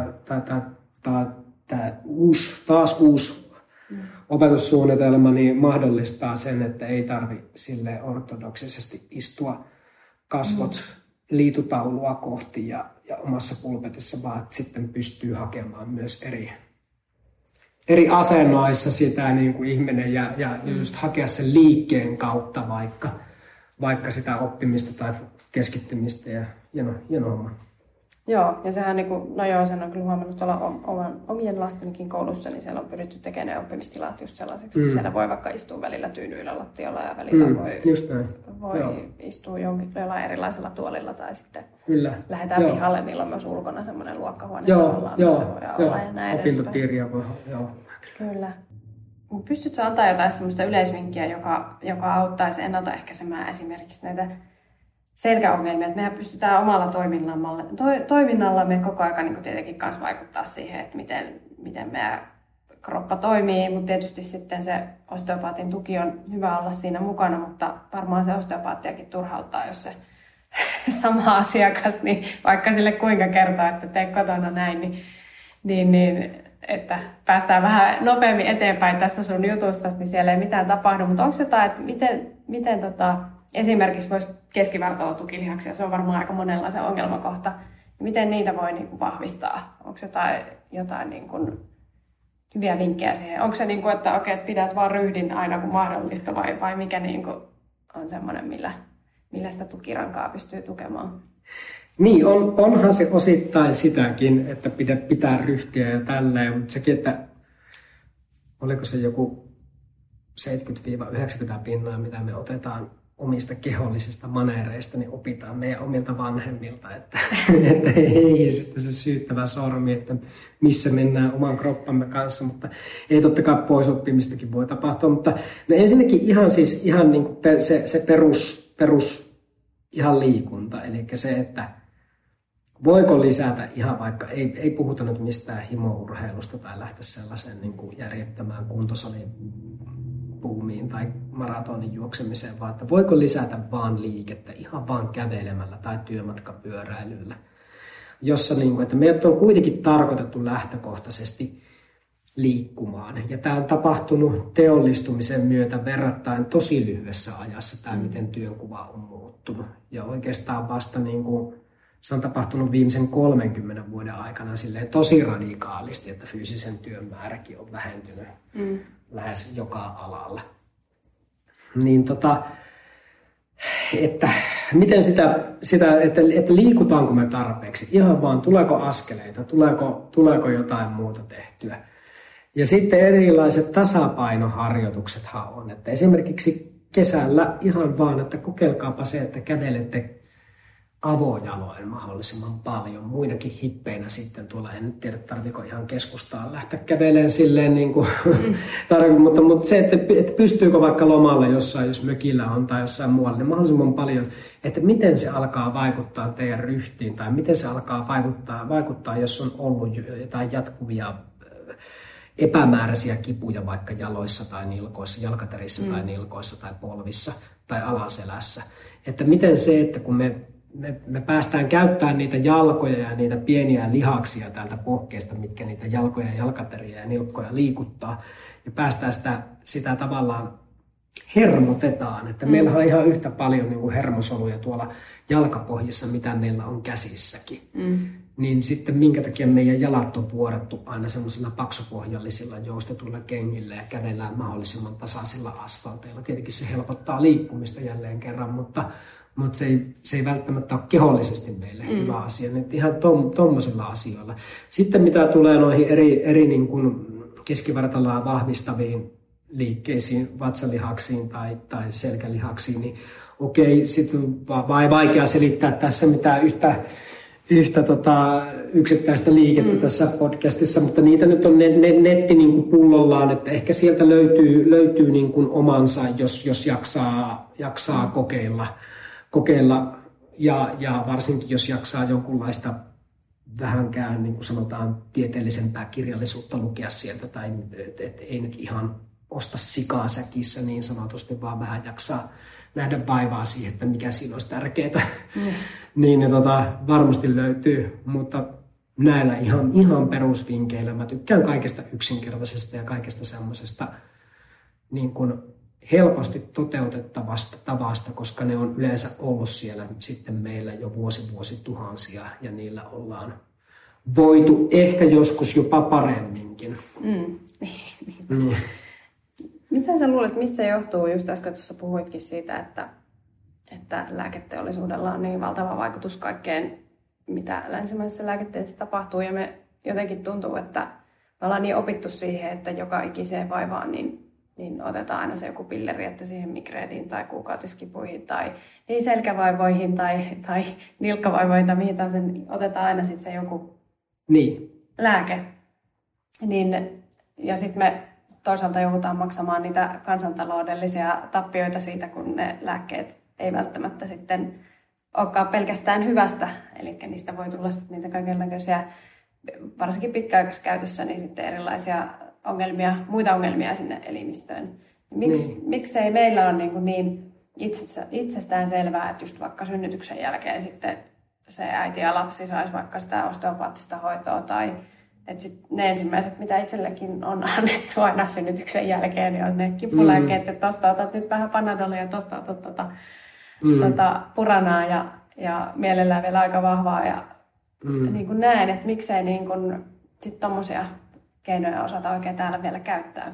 [SPEAKER 2] tämä uusi, taas uusi mm. opetussuunnitelma, niin mahdollistaa sen, että ei tarvitse sille ortodoksisesti istua kasvot mm. liitutaulua kohti ja, ja omassa pulpetissa, vaan sitten pystyy hakemaan myös eri eri asennoissa sitä niin kuin ihminen ja, ja just hakea sen liikkeen kautta vaikka, vaikka sitä oppimista tai keskittymistä ja hieno, hieno homma.
[SPEAKER 1] Joo, ja sehän niin kuin, no joo, sen on kyllä huomannut tuolla oman, omien lastenikin koulussa, niin siellä on pyritty tekemään ne oppimistilat just sellaiseksi, mm. siellä voi vaikka istua välillä tyynyillä lattialla ja välillä mm, voi, voi istua jonkinlailla erilaisella tuolilla tai sitten kyllä. lähdetään joo. pihalle, niillä on myös ulkona semmoinen luokkahuone joo, tavallaan,
[SPEAKER 2] joo,
[SPEAKER 1] missä voi joo, olla ja näin
[SPEAKER 2] opintopiiriä voi, joo.
[SPEAKER 1] Kyllä. pystytkö sä antaa jotain sellaista yleisvinkkiä, joka, joka auttaisi ennaltaehkäisemään esimerkiksi näitä selkäongelmia, että mehän pystytään omalla toiminnallamme, to, toiminnallamme koko ajan niin tietenkin kanssa vaikuttaa siihen, että miten, miten meidän kroppa toimii, mutta tietysti sitten se osteopaatin tuki on hyvä olla siinä mukana, mutta varmaan se osteopaattiakin turhauttaa, jos se sama asiakas, niin vaikka sille kuinka kertoo, että tee kotona näin, niin, niin, niin että päästään vähän nopeammin eteenpäin tässä sun jutussa, niin siellä ei mitään tapahdu, mutta onko jotain, että miten, miten tota, esimerkiksi voisi keskivartalotukilihaksia, se on varmaan aika monella se ongelmakohta, miten niitä voi niin kuin vahvistaa? Onko jotain, jotain niin kuin hyviä vinkkejä siihen? Onko se, niin kuin, että, okei, että pidät vaan ryhdin aina kun mahdollista vai, vai mikä niin kuin on semmoinen, millä, millä sitä tukirankaa pystyy tukemaan?
[SPEAKER 2] Niin, on, onhan se osittain sitäkin, että pitää, pitää ryhtiä ja tälleen, mutta sekin, että oliko se joku seitsemänkymmentä yhdeksänkymmentä pinnaa, mitä me otetaan omista kehollisista maneereista, niin opitaan meidän omilta vanhemmilta, että, että ei sitten se syyttävä sormi, että missä mennään oman kroppamme kanssa, mutta ei totta kai pois oppimistakin voi tapahtua, mutta no ensinnäkin ihan siis ihan niin kuin se, se perus, perus ihan liikunta, eli se, että voiko lisätä ihan vaikka, ei, ei puhuta nyt mistään himourheilusta tai lähteä sellaiseen niin kuin järjettämään kuntosalin buumiin tai maratonin juoksemiseen, vaan että voiko lisätä vaan liikettä ihan vaan kävelemällä tai työmatkapyöräilyllä, jossa niin kuin, että meidät on kuitenkin tarkoitettu lähtökohtaisesti liikkumaan. Ja tämä on tapahtunut teollistumisen myötä verrattain tosi lyhyessä ajassa, tämä miten työnkuva on muuttunut. Ja oikeastaan vasta niin kuin, se on tapahtunut viimeisen kolmenkymmenen vuoden aikana silleen tosi radikaalisti, että fyysisen työn määräkin on vähentynyt mm. lähes joka alalla. Niin tota, että miten sitä, sitä että, että liikutaanko me tarpeeksi, ihan vaan tuleeko askeleita, tuleeko, tuleeko jotain muuta tehtyä. Ja sitten erilaiset tasapainoharjoituksethan on, että esimerkiksi kesällä ihan vaan, että kokeilkaapa se, että kävelette avojaloin mahdollisimman paljon, muinakin hippeinä sitten tuolla, en tiedä tarviko ihan keskustaan lähteä kävelemään silleen niin kuin, mm. mutta, mutta se, että, että pystyykö vaikka lomalla jossain, jos mökillä on tai jossain muualla, niin mahdollisimman paljon, että miten se alkaa vaikuttaa teidän ryhtiin tai miten se alkaa vaikuttaa, vaikuttaa jos on ollut jotain jatkuvia epämääräisiä kipuja vaikka jaloissa tai nilkoissa, jalkaterissä mm. tai nilkoissa tai polvissa tai alaselässä. Että miten se, että kun me, me, me päästään käyttämään niitä jalkoja ja niitä pieniä lihaksia täältä pohkeesta, mitkä niitä jalkoja, jalkateriä ja nilkkoja liikuttaa, ja päästään sitä, sitä tavallaan hermotetaan. Että mm. meillä on ihan yhtä paljon niin kuin hermosoluja tuolla jalkapohjissa, mitä meillä on käsissäkin. Mm. Niin sitten minkä takia meidän jalat on vuorattu aina semmoisilla paksupohjallisilla joustetuilla kengillä ja kävellään mahdollisimman tasaisilla asfalteilla. Tietenkin se helpottaa liikkumista jälleen kerran, mutta, mutta se, ei, se ei välttämättä ole kehollisesti meille mm. hyvä asia. Niin ihan tuommoisilla asioilla. Sitten mitä tulee noihin eri, eri niin kuin keskivartaloa vahvistaviin liikkeisiin, vatsalihaksiin tai, tai selkälihaksiin, niin okei, sitten on vaikea selittää tässä mitään yhtä yhtä tota, yksittäistä liikettä mm. tässä podcastissa, mutta niitä nyt on ne, ne, netti niin kuin pullollaan, että ehkä sieltä löytyy, löytyy niin kuin omansa, jos, jos jaksaa, jaksaa kokeilla, kokeilla ja, ja varsinkin jos jaksaa jonkunlaista vähänkään, niin kuin sanotaan, tieteellisempää kirjallisuutta lukea sieltä, tai et, et, ei nyt ihan osta sikaa säkissä niin sanotusti, vaan vähän jaksaa nähdä vaivaa siihen, että mikä siinä olisi tärkeää, mm. niin ne tota, varmasti löytyy, mutta näillä ihan, ihan perusvinkkeillä mä tykkään kaikesta yksinkertaisesta ja kaikesta semmoisesta niin kuin helposti toteutettavasta tavasta, koska ne on yleensä ollut siellä sitten meillä jo vuosi vuosi tuhansia ja niillä ollaan voitu ehkä joskus jopa paremminkin. Mm.
[SPEAKER 1] mm. Mitä sä luulet, mistä se johtuu? Just äsken tuossa puhuitkin siitä, että, että lääketeollisuudella on niin valtava vaikutus kaikkeen, mitä länsimaisessa lääketieteessä tapahtuu. Ja me jotenkin tuntuu, että me ollaan niin opittu siihen, että joka ikiseen vaivaan niin, niin otetaan aina se joku pilleri, että siihen migreeniin tai kuukautiskipuihin tai niin selkävaivoihin tai, tai nilkkavaivoihin tai mihin tahansa, niin otetaan aina sitten se joku
[SPEAKER 2] niin.
[SPEAKER 1] lääke. Niin, ja sitten me toisaalta joudutaan maksamaan niitä kansantaloudellisia tappioita siitä, kun ne lääkkeet ei välttämättä sitten olekaan pelkästään hyvästä. Eli niistä voi tulla sitten niitä kaikenlaisia, varsinkin pitkäaikaiskäytössä, niin sitten erilaisia ongelmia, muita ongelmia sinne elimistöön. Miks, niin. Miksei meillä ole niin, niin itsestään selvää, että just vaikka synnytyksen jälkeen sitten se äiti ja lapsi saisi vaikka sitä osteopaattista hoitoa tai että sit ne ensimmäiset, mitä itsellekin on annettu aina synnytyksen jälkeen, niin on ne kipulääkkeet, mm. että tosta otat nyt vähän panadolia ja tosta otat tota, mm. tota puranaa ja, ja mielellään vielä aika vahvaa. Ja mm. niin kuin näen, että miksei niin kuin sit tommosia keinoja osata oikein täällä vielä käyttää.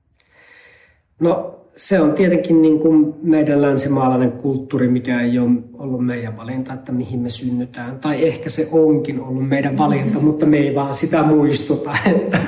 [SPEAKER 2] No se on tietenkin niin kuin meidän länsimaalainen kulttuuri, mikä ei ole ollut meidän valinta, että mihin me synnytään. Tai ehkä se onkin ollut meidän valinta, mutta me ei vaan sitä muistuta, että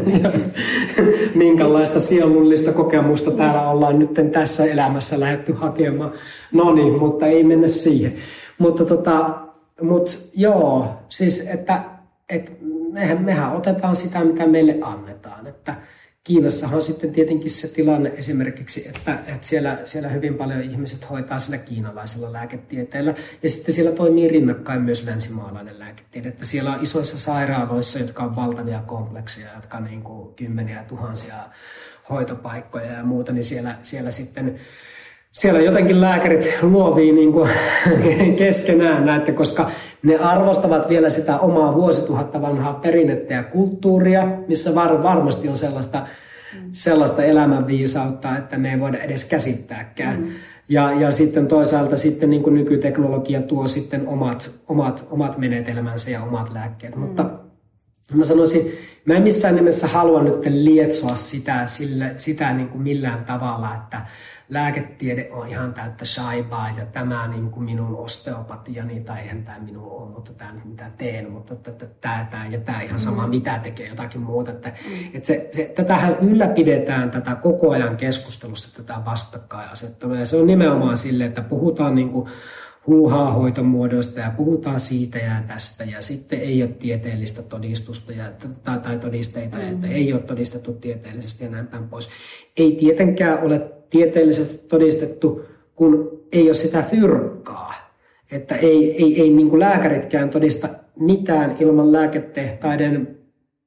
[SPEAKER 2] minkälaista sielullista kokemusta täällä ollaan nyt tässä elämässä lähdetty hakemaan. No niin, mutta ei mennä siihen. Mutta tota, mut joo, siis että et mehän, mehän otetaan sitä, mitä meille annetaan, että Kiinassahan on sitten tietenkin se tilanne esimerkiksi, että, että siellä, siellä hyvin paljon ihmiset hoitaa sillä kiinalaisella lääketieteellä ja sitten siellä toimii rinnakkain myös länsimaalainen lääketiede. Että siellä on isoissa sairaaloissa, jotka on valtavia komplekseja, jotka on niin kuin kymmeniä tuhansia hoitopaikkoja ja muuta, niin siellä, siellä sitten siellä jotenkin lääkärit luovii niin kuin keskenään näitä, koska ne arvostavat vielä sitä omaa vuosituhatta vanhaa perinnettä ja kulttuuria, missä var, varmasti on sellaista, mm. sellaista elämänviisautta, että me ei voida edes käsittääkään. Mm. Ja, ja sitten toisaalta sitten niin kuin nykyteknologia tuo sitten omat, omat, omat menetelmänsä ja omat lääkkeet. Mm. Mutta mä sanoisin, mä en missään nimessä halua nyt lietsoa sitä, sille, sitä niin kuin millään tavalla, että lääketiede on ihan täyttä shaibaa ja tämä niin kuin minun osteopatiani, tai eihän tämä minun ole, mutta tämä nyt mitä teen, mutta tämä, tämä ja tämä ihan sama, mm. mitä tekee jotakin muuta. Että, mm. että se, se, tätähän ylläpidetään tätä koko ajan keskustelussa, tätä vastakkainasettelua, ja se on nimenomaan sille, että puhutaan niin kuin huuhaa hoitomuodoista ja puhutaan siitä ja tästä ja sitten ei ole tieteellistä todistusta ja, tai, tai todisteita, mm-hmm. että ei ole todistettu tieteellisesti ja näin päin pois. Ei tietenkään ole tieteellisesti todistettu, kun ei ole sitä fyrkkaa. Että ei, ei, ei niin kuin lääkäritkään todista mitään ilman lääketehtaiden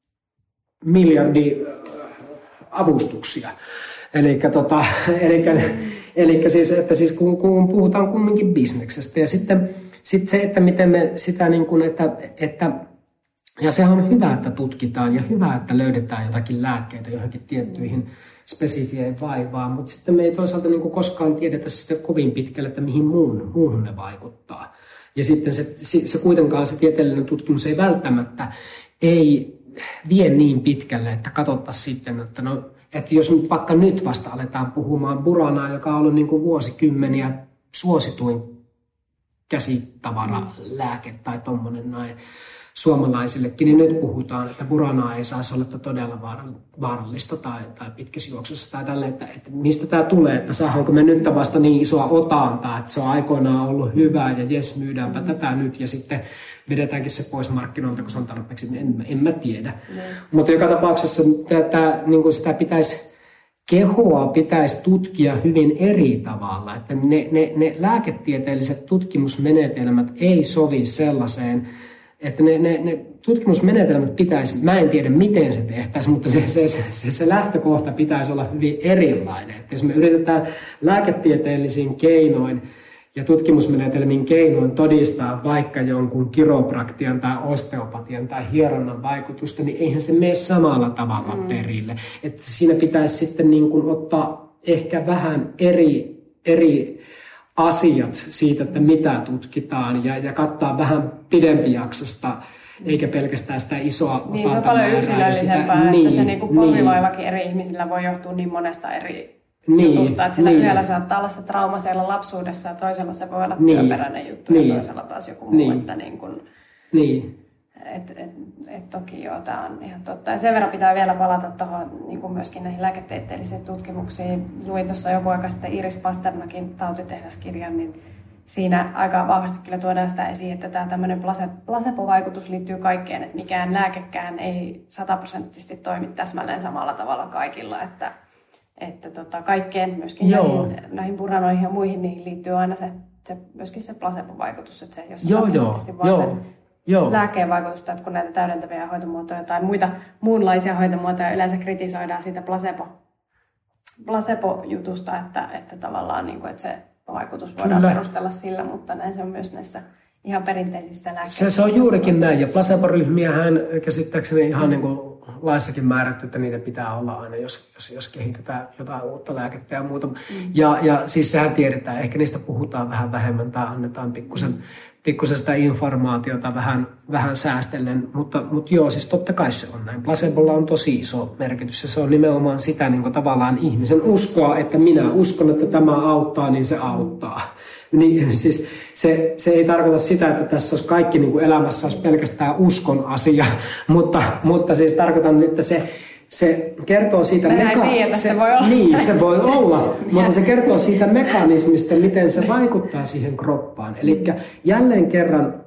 [SPEAKER 2] miljardi avustuksia. Elikkä tota, elikkä, elikkä siis, että siis kun, kun puhutaan kumminkin bisneksestä ja sitten sit se, että miten me sitä niin kuin, että, että ja sehän on hyvä, että tutkitaan ja hyvä, että löydetään jotakin lääkkeitä johonkin tiettyihin spesifien vaivaan, mutta sitten me ei toisaalta niin kuin koskaan tiedetä sitä kovin pitkälle, että mihin muun, muuhun ne vaikuttaa. Ja sitten se, se kuitenkaan se tieteellinen tutkimus ei välttämättä ei vie niin pitkälle, että katsottaisiin sitten, että no että jos nyt vaikka nyt vasta aletaan puhumaan buranaa, joka on ollut niin kuin vuosikymmeniä suosituin käsitavaralääke tai tommonen näin suomalaisillekin, niin nyt puhutaan, että buranaa ei saisi olla todella vaarallista tai, tai pitkässä juoksussa tai tälle, että, että mistä tämä tulee, että saadaanko me nyt vasta niin isoa otantaa, että se on aikoinaan ollut hyvää ja jes, myydäänpä tätä nyt ja sitten vedetäänkin se pois markkinoilta, kun se on tarpeeksi, niin en, en mä tiedä. Mm. Mutta joka tapauksessa tätä, niin kuin sitä pitäisi, kehoa pitäisi tutkia hyvin eri tavalla, että ne, ne, ne lääketieteelliset tutkimusmenetelmät ei sovi sellaiseen, että ne, ne, ne tutkimusmenetelmät pitäisi, mä en tiedä miten se tehtäisiin, mutta se, se, se, se lähtökohta pitäisi olla hyvin erilainen. Että jos me yritetään lääketieteellisiin keinoin ja tutkimusmenetelmin keinoin todistaa vaikka jonkun kiropraktian tai osteopatian tai hieronnan vaikutusta, niin eihän se mene samalla tavalla mm. perille. Että siinä pitäisi sitten niin kuin ottaa ehkä vähän eri, eri asiat siitä, että mitä tutkitaan ja, ja katsoa vähän pidempijaksosta, eikä pelkästään sitä isoa
[SPEAKER 1] niin, se on paljon yksilöllisempää, että niin, se niin kuin polvivaivakin niin. eri ihmisillä voi johtua niin monesta eri niin, jutusta, että sillä niin. yhdellä saattaa olla se trauma siellä lapsuudessa ja toisella se voi olla niin. työperäinen juttu niin. ja toisella taas joku niin. muu, että niin kuin,
[SPEAKER 2] niin.
[SPEAKER 1] et, et, et toki joo, tämä on ihan totta. Ja sen verran pitää vielä palata tuohon niin kuin myöskin näihin lääketieteellisiin tutkimuksiin. Luin tuossa joku aika sitten Iris Pasternakin tautitehdaskirjan, niin siinä aika vahvasti kyllä tuodaan sitä esiin, että tämä tämmöinen placebo-vaikutus liittyy kaikkeen, että mikään lääkekään ei sataprosenttisesti toimi täsmälleen samalla tavalla kaikilla, että, että tota, kaikkeen, myöskin näihin, näihin puranoihin ja muihin, niihin liittyy aina se, se myöskin se placebo-vaikutus, että se ei ole sataprosenttisesti vaan sen Joo. lääkeen vaikutusta, että kun näitä täydentäviä hoitomuotoja tai muita muunlaisia hoitomuotoja yleensä kritisoidaan siitä placebo, placebo-jutusta, että, että tavallaan niin kuin, että se vaikutus voidaan Kyllä. perustella sillä, mutta näin se on myös näissä ihan perinteisissä lääkkeissä.
[SPEAKER 2] Se, se on juurikin näin, ja placebo-ryhmiähän käsittääkseni ihan niin kuin laissakin määrätty, että niitä pitää olla aina, jos, jos, jos kehitetään jotain uutta lääkettä ja muuta. Mm. Ja, ja siis sehän tiedetään, ehkä niistä puhutaan vähän vähemmän tai annetaan pikkusen, mm. pikkusen sitä informaatiota vähän, vähän säästellen, mutta, mutta joo, siis totta kai se on näin. Placebolla on tosi iso merkitys ja se on nimenomaan sitä niin kuin tavallaan ihmisen uskoa, että minä uskon, että tämä auttaa, niin se auttaa. Niin, siis se, se ei tarkoita sitä, että tässä olisi kaikki niin kuin elämässä olisi pelkästään uskon asia, mutta, mutta siis tarkoitan, että se, se kertoo siitä...
[SPEAKER 1] Meka- tiedä, se, se voi olla.
[SPEAKER 2] Niin, se voi olla, mutta se kertoo siitä mekanismista, miten se vaikuttaa siihen kroppaan. Eli jälleen kerran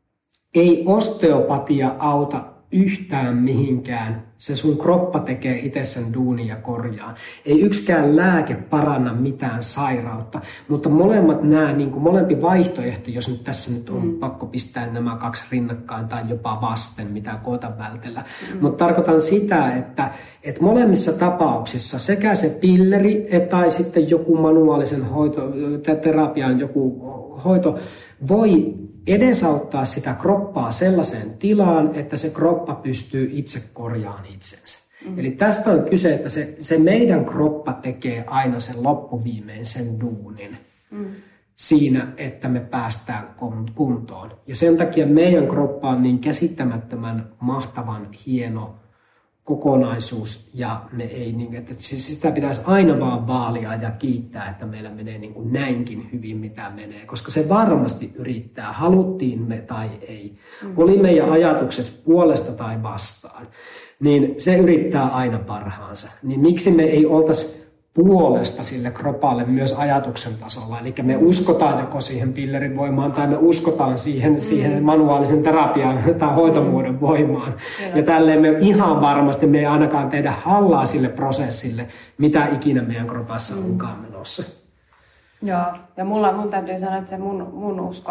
[SPEAKER 2] ei osteopatia auta yhtään mihinkään. Se sun kroppa tekee itse sen duunin ja korjaa. Ei yksikään lääke paranna mitään sairautta, mutta molemmat nämä, niin kuin molempi vaihtoehto, jos nyt tässä nyt on mm. pakko pistää nämä kaksi rinnakkain tai jopa vasten, mitä koetan vältellä. Mm. Mutta tarkoitan sitä, että, että molemmissa tapauksissa sekä se pilleri tai sitten joku manuaalisen hoito, terapian joku hoito voi edesauttaa sitä kroppaa sellaiseen tilaan, että se kroppa pystyy itse korjaamaan itsensä. Mm. Eli tästä on kyse, että se, se meidän kroppa tekee aina sen loppuviimein sen duunin mm. siinä, että me päästään kuntoon. Ja sen takia meidän kroppa on niin käsittämättömän mahtavan hieno kokonaisuus ja me ei, niin, että sitä pitäisi aina vaan vaalia ja kiittää, että meillä menee niin kuin näinkin hyvin, mitä menee, koska se varmasti yrittää, haluttiin me tai ei, mm. oli meidän ajatukset puolesta tai vastaan, niin se yrittää aina parhaansa. Niin miksi me ei oltaisi puolesta sille kropalle myös ajatuksen tasolla, eli me uskotaan joko siihen pillerin voimaan tai me uskotaan siihen, mm. siihen manuaalisen terapian tai hoitomuodon voimaan. Kyllä. Ja tälleen me ihan varmasti me ei ainakaan tehdä hallaa sille prosessille, mitä ikinä meidän kropassa mm. onkaan menossa.
[SPEAKER 1] Joo, ja mulla, mun täytyy sanoa, että se mun, mun usko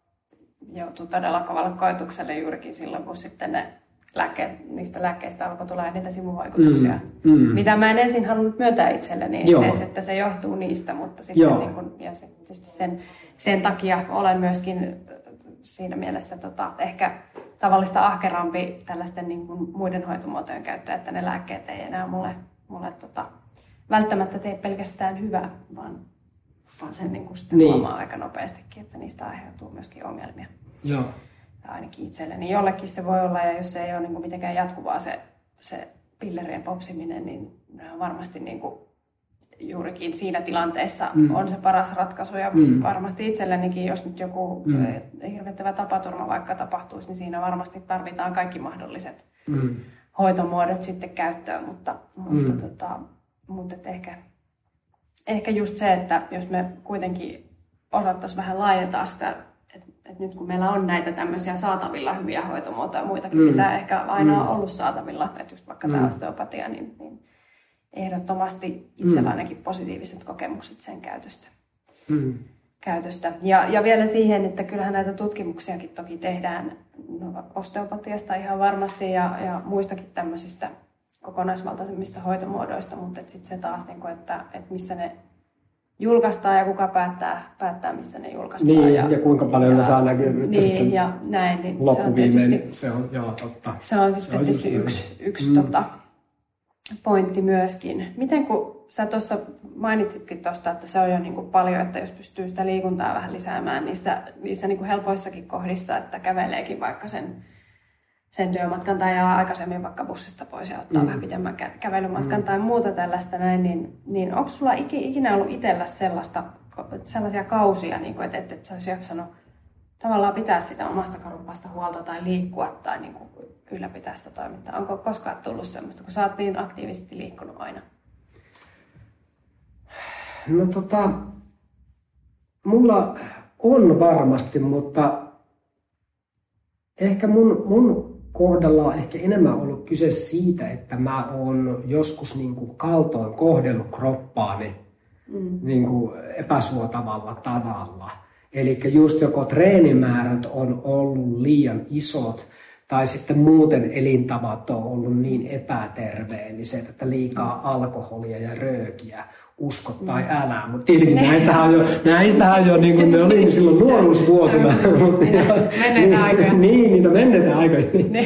[SPEAKER 1] joutui todella kovalle koetukselle juurikin silloin, kun sitten ne Lääke, niistä lääkkeistä alkoi tulla niitä sivuvaikutuksia, mm, mm. mitä mä en ensin halunnut myöntää itselleni edes, että se johtuu niistä, mutta sitten niin kun, ja se, sen, sen takia olen myöskin siinä mielessä tota, ehkä tavallista ahkerampi tällaisten niin kuin muiden hoitomuotojen käyttäjä, että ne lääkkeet ei enää mulle, mulle tota, välttämättä tee pelkästään hyvää, vaan, vaan sen niin kuin sitten niin. huomaa aika nopeastikin, että niistä aiheutuu myöskin ongelmia.
[SPEAKER 2] Joo.
[SPEAKER 1] Ainakin itselleni. Jollekin se voi olla, ja jos se ei ole niin kuin mitenkään jatkuvaa se, se pillerien popsiminen, niin varmasti niin kuin juurikin siinä tilanteessa mm. on se paras ratkaisu. Ja mm. varmasti itsellenikin, jos nyt joku mm. hirvittävä tapaturma vaikka tapahtuisi, niin siinä varmasti tarvitaan kaikki mahdolliset mm. hoitomuodot sitten käyttöön. Mutta, mm. mutta, tota, mutta ehkä, ehkä just se, että jos me kuitenkin osattaisiin vähän laajentaa sitä, et nyt kun meillä on näitä tämmöisiä saatavilla hyviä hoitomuotoja, muitakin mm. mitä ehkä aina mm. on ollut saatavilla, että just vaikka mm. tämä osteopatia, niin, niin ehdottomasti itsellä mm. ainakin positiiviset kokemukset sen käytöstä. Mm. käytöstä. Ja, ja vielä siihen, että kyllähän näitä tutkimuksiakin toki tehdään no, osteopatiasta ihan varmasti ja, ja muistakin tämmöisistä kokonaisvaltaisemmista hoitomuodoista, mutta sitten se taas, niin kuin, että, että missä ne julkaistaan ja kuka päättää, päättää missä ne julkaistaan.
[SPEAKER 2] Niin, ja, ja kuinka paljon ja, ne saa näkyvyyttä
[SPEAKER 1] niin,
[SPEAKER 2] sitten
[SPEAKER 1] ja näin, niin
[SPEAKER 2] loppuviimein. Se on, joo, totta.
[SPEAKER 1] Se on, se on tietysti yksi, yksi mm. tota, pointti myöskin. Miten kun sä tuossa mainitsitkin tuosta, että se on jo niin kuin paljon, että jos pystyy sitä liikuntaa vähän lisäämään niissä, niissä niin kuin helpoissakin kohdissa, että käveleekin vaikka sen, sen työmatkan tai jää aikaisemmin vaikka bussista pois ja ottaa mm. vähän pitemmän kä- kävelymatkan mm. tai muuta tällaista näin, niin, niin onko sulla ikinä ollut itsellä sellaista, sellaisia kausia, niin kuin, että, että, että sä olisi jaksanut tavallaan pitää sitä omasta karupasta huolta tai liikkua tai niin kuin ylläpitää sitä toimintaa? Onko koskaan tullut semmoista, kun sä oot niin aktiivisesti liikkunut aina?
[SPEAKER 2] No tota, mulla on varmasti, mutta ehkä mun, mun kohdalla on ehkä enemmän ollut kyse siitä, että mä oon joskus niin kuin kaltoin kohdellut kroppaani mm. niin kuin epäsuotavalla tavalla. Eli just joko treenimäärät on ollut liian isot, tai sitten muuten elintavat on ollut niin epäterveelliset, että liikaa alkoholia ja röökiä, usko tai älä. Mutta tietenkin näistähän on jo, näistähän jo niin kuin ne oli silloin nuoruusvuosina.
[SPEAKER 1] Menneitä aikoja.
[SPEAKER 2] Niin, niitä menneitä aikoja.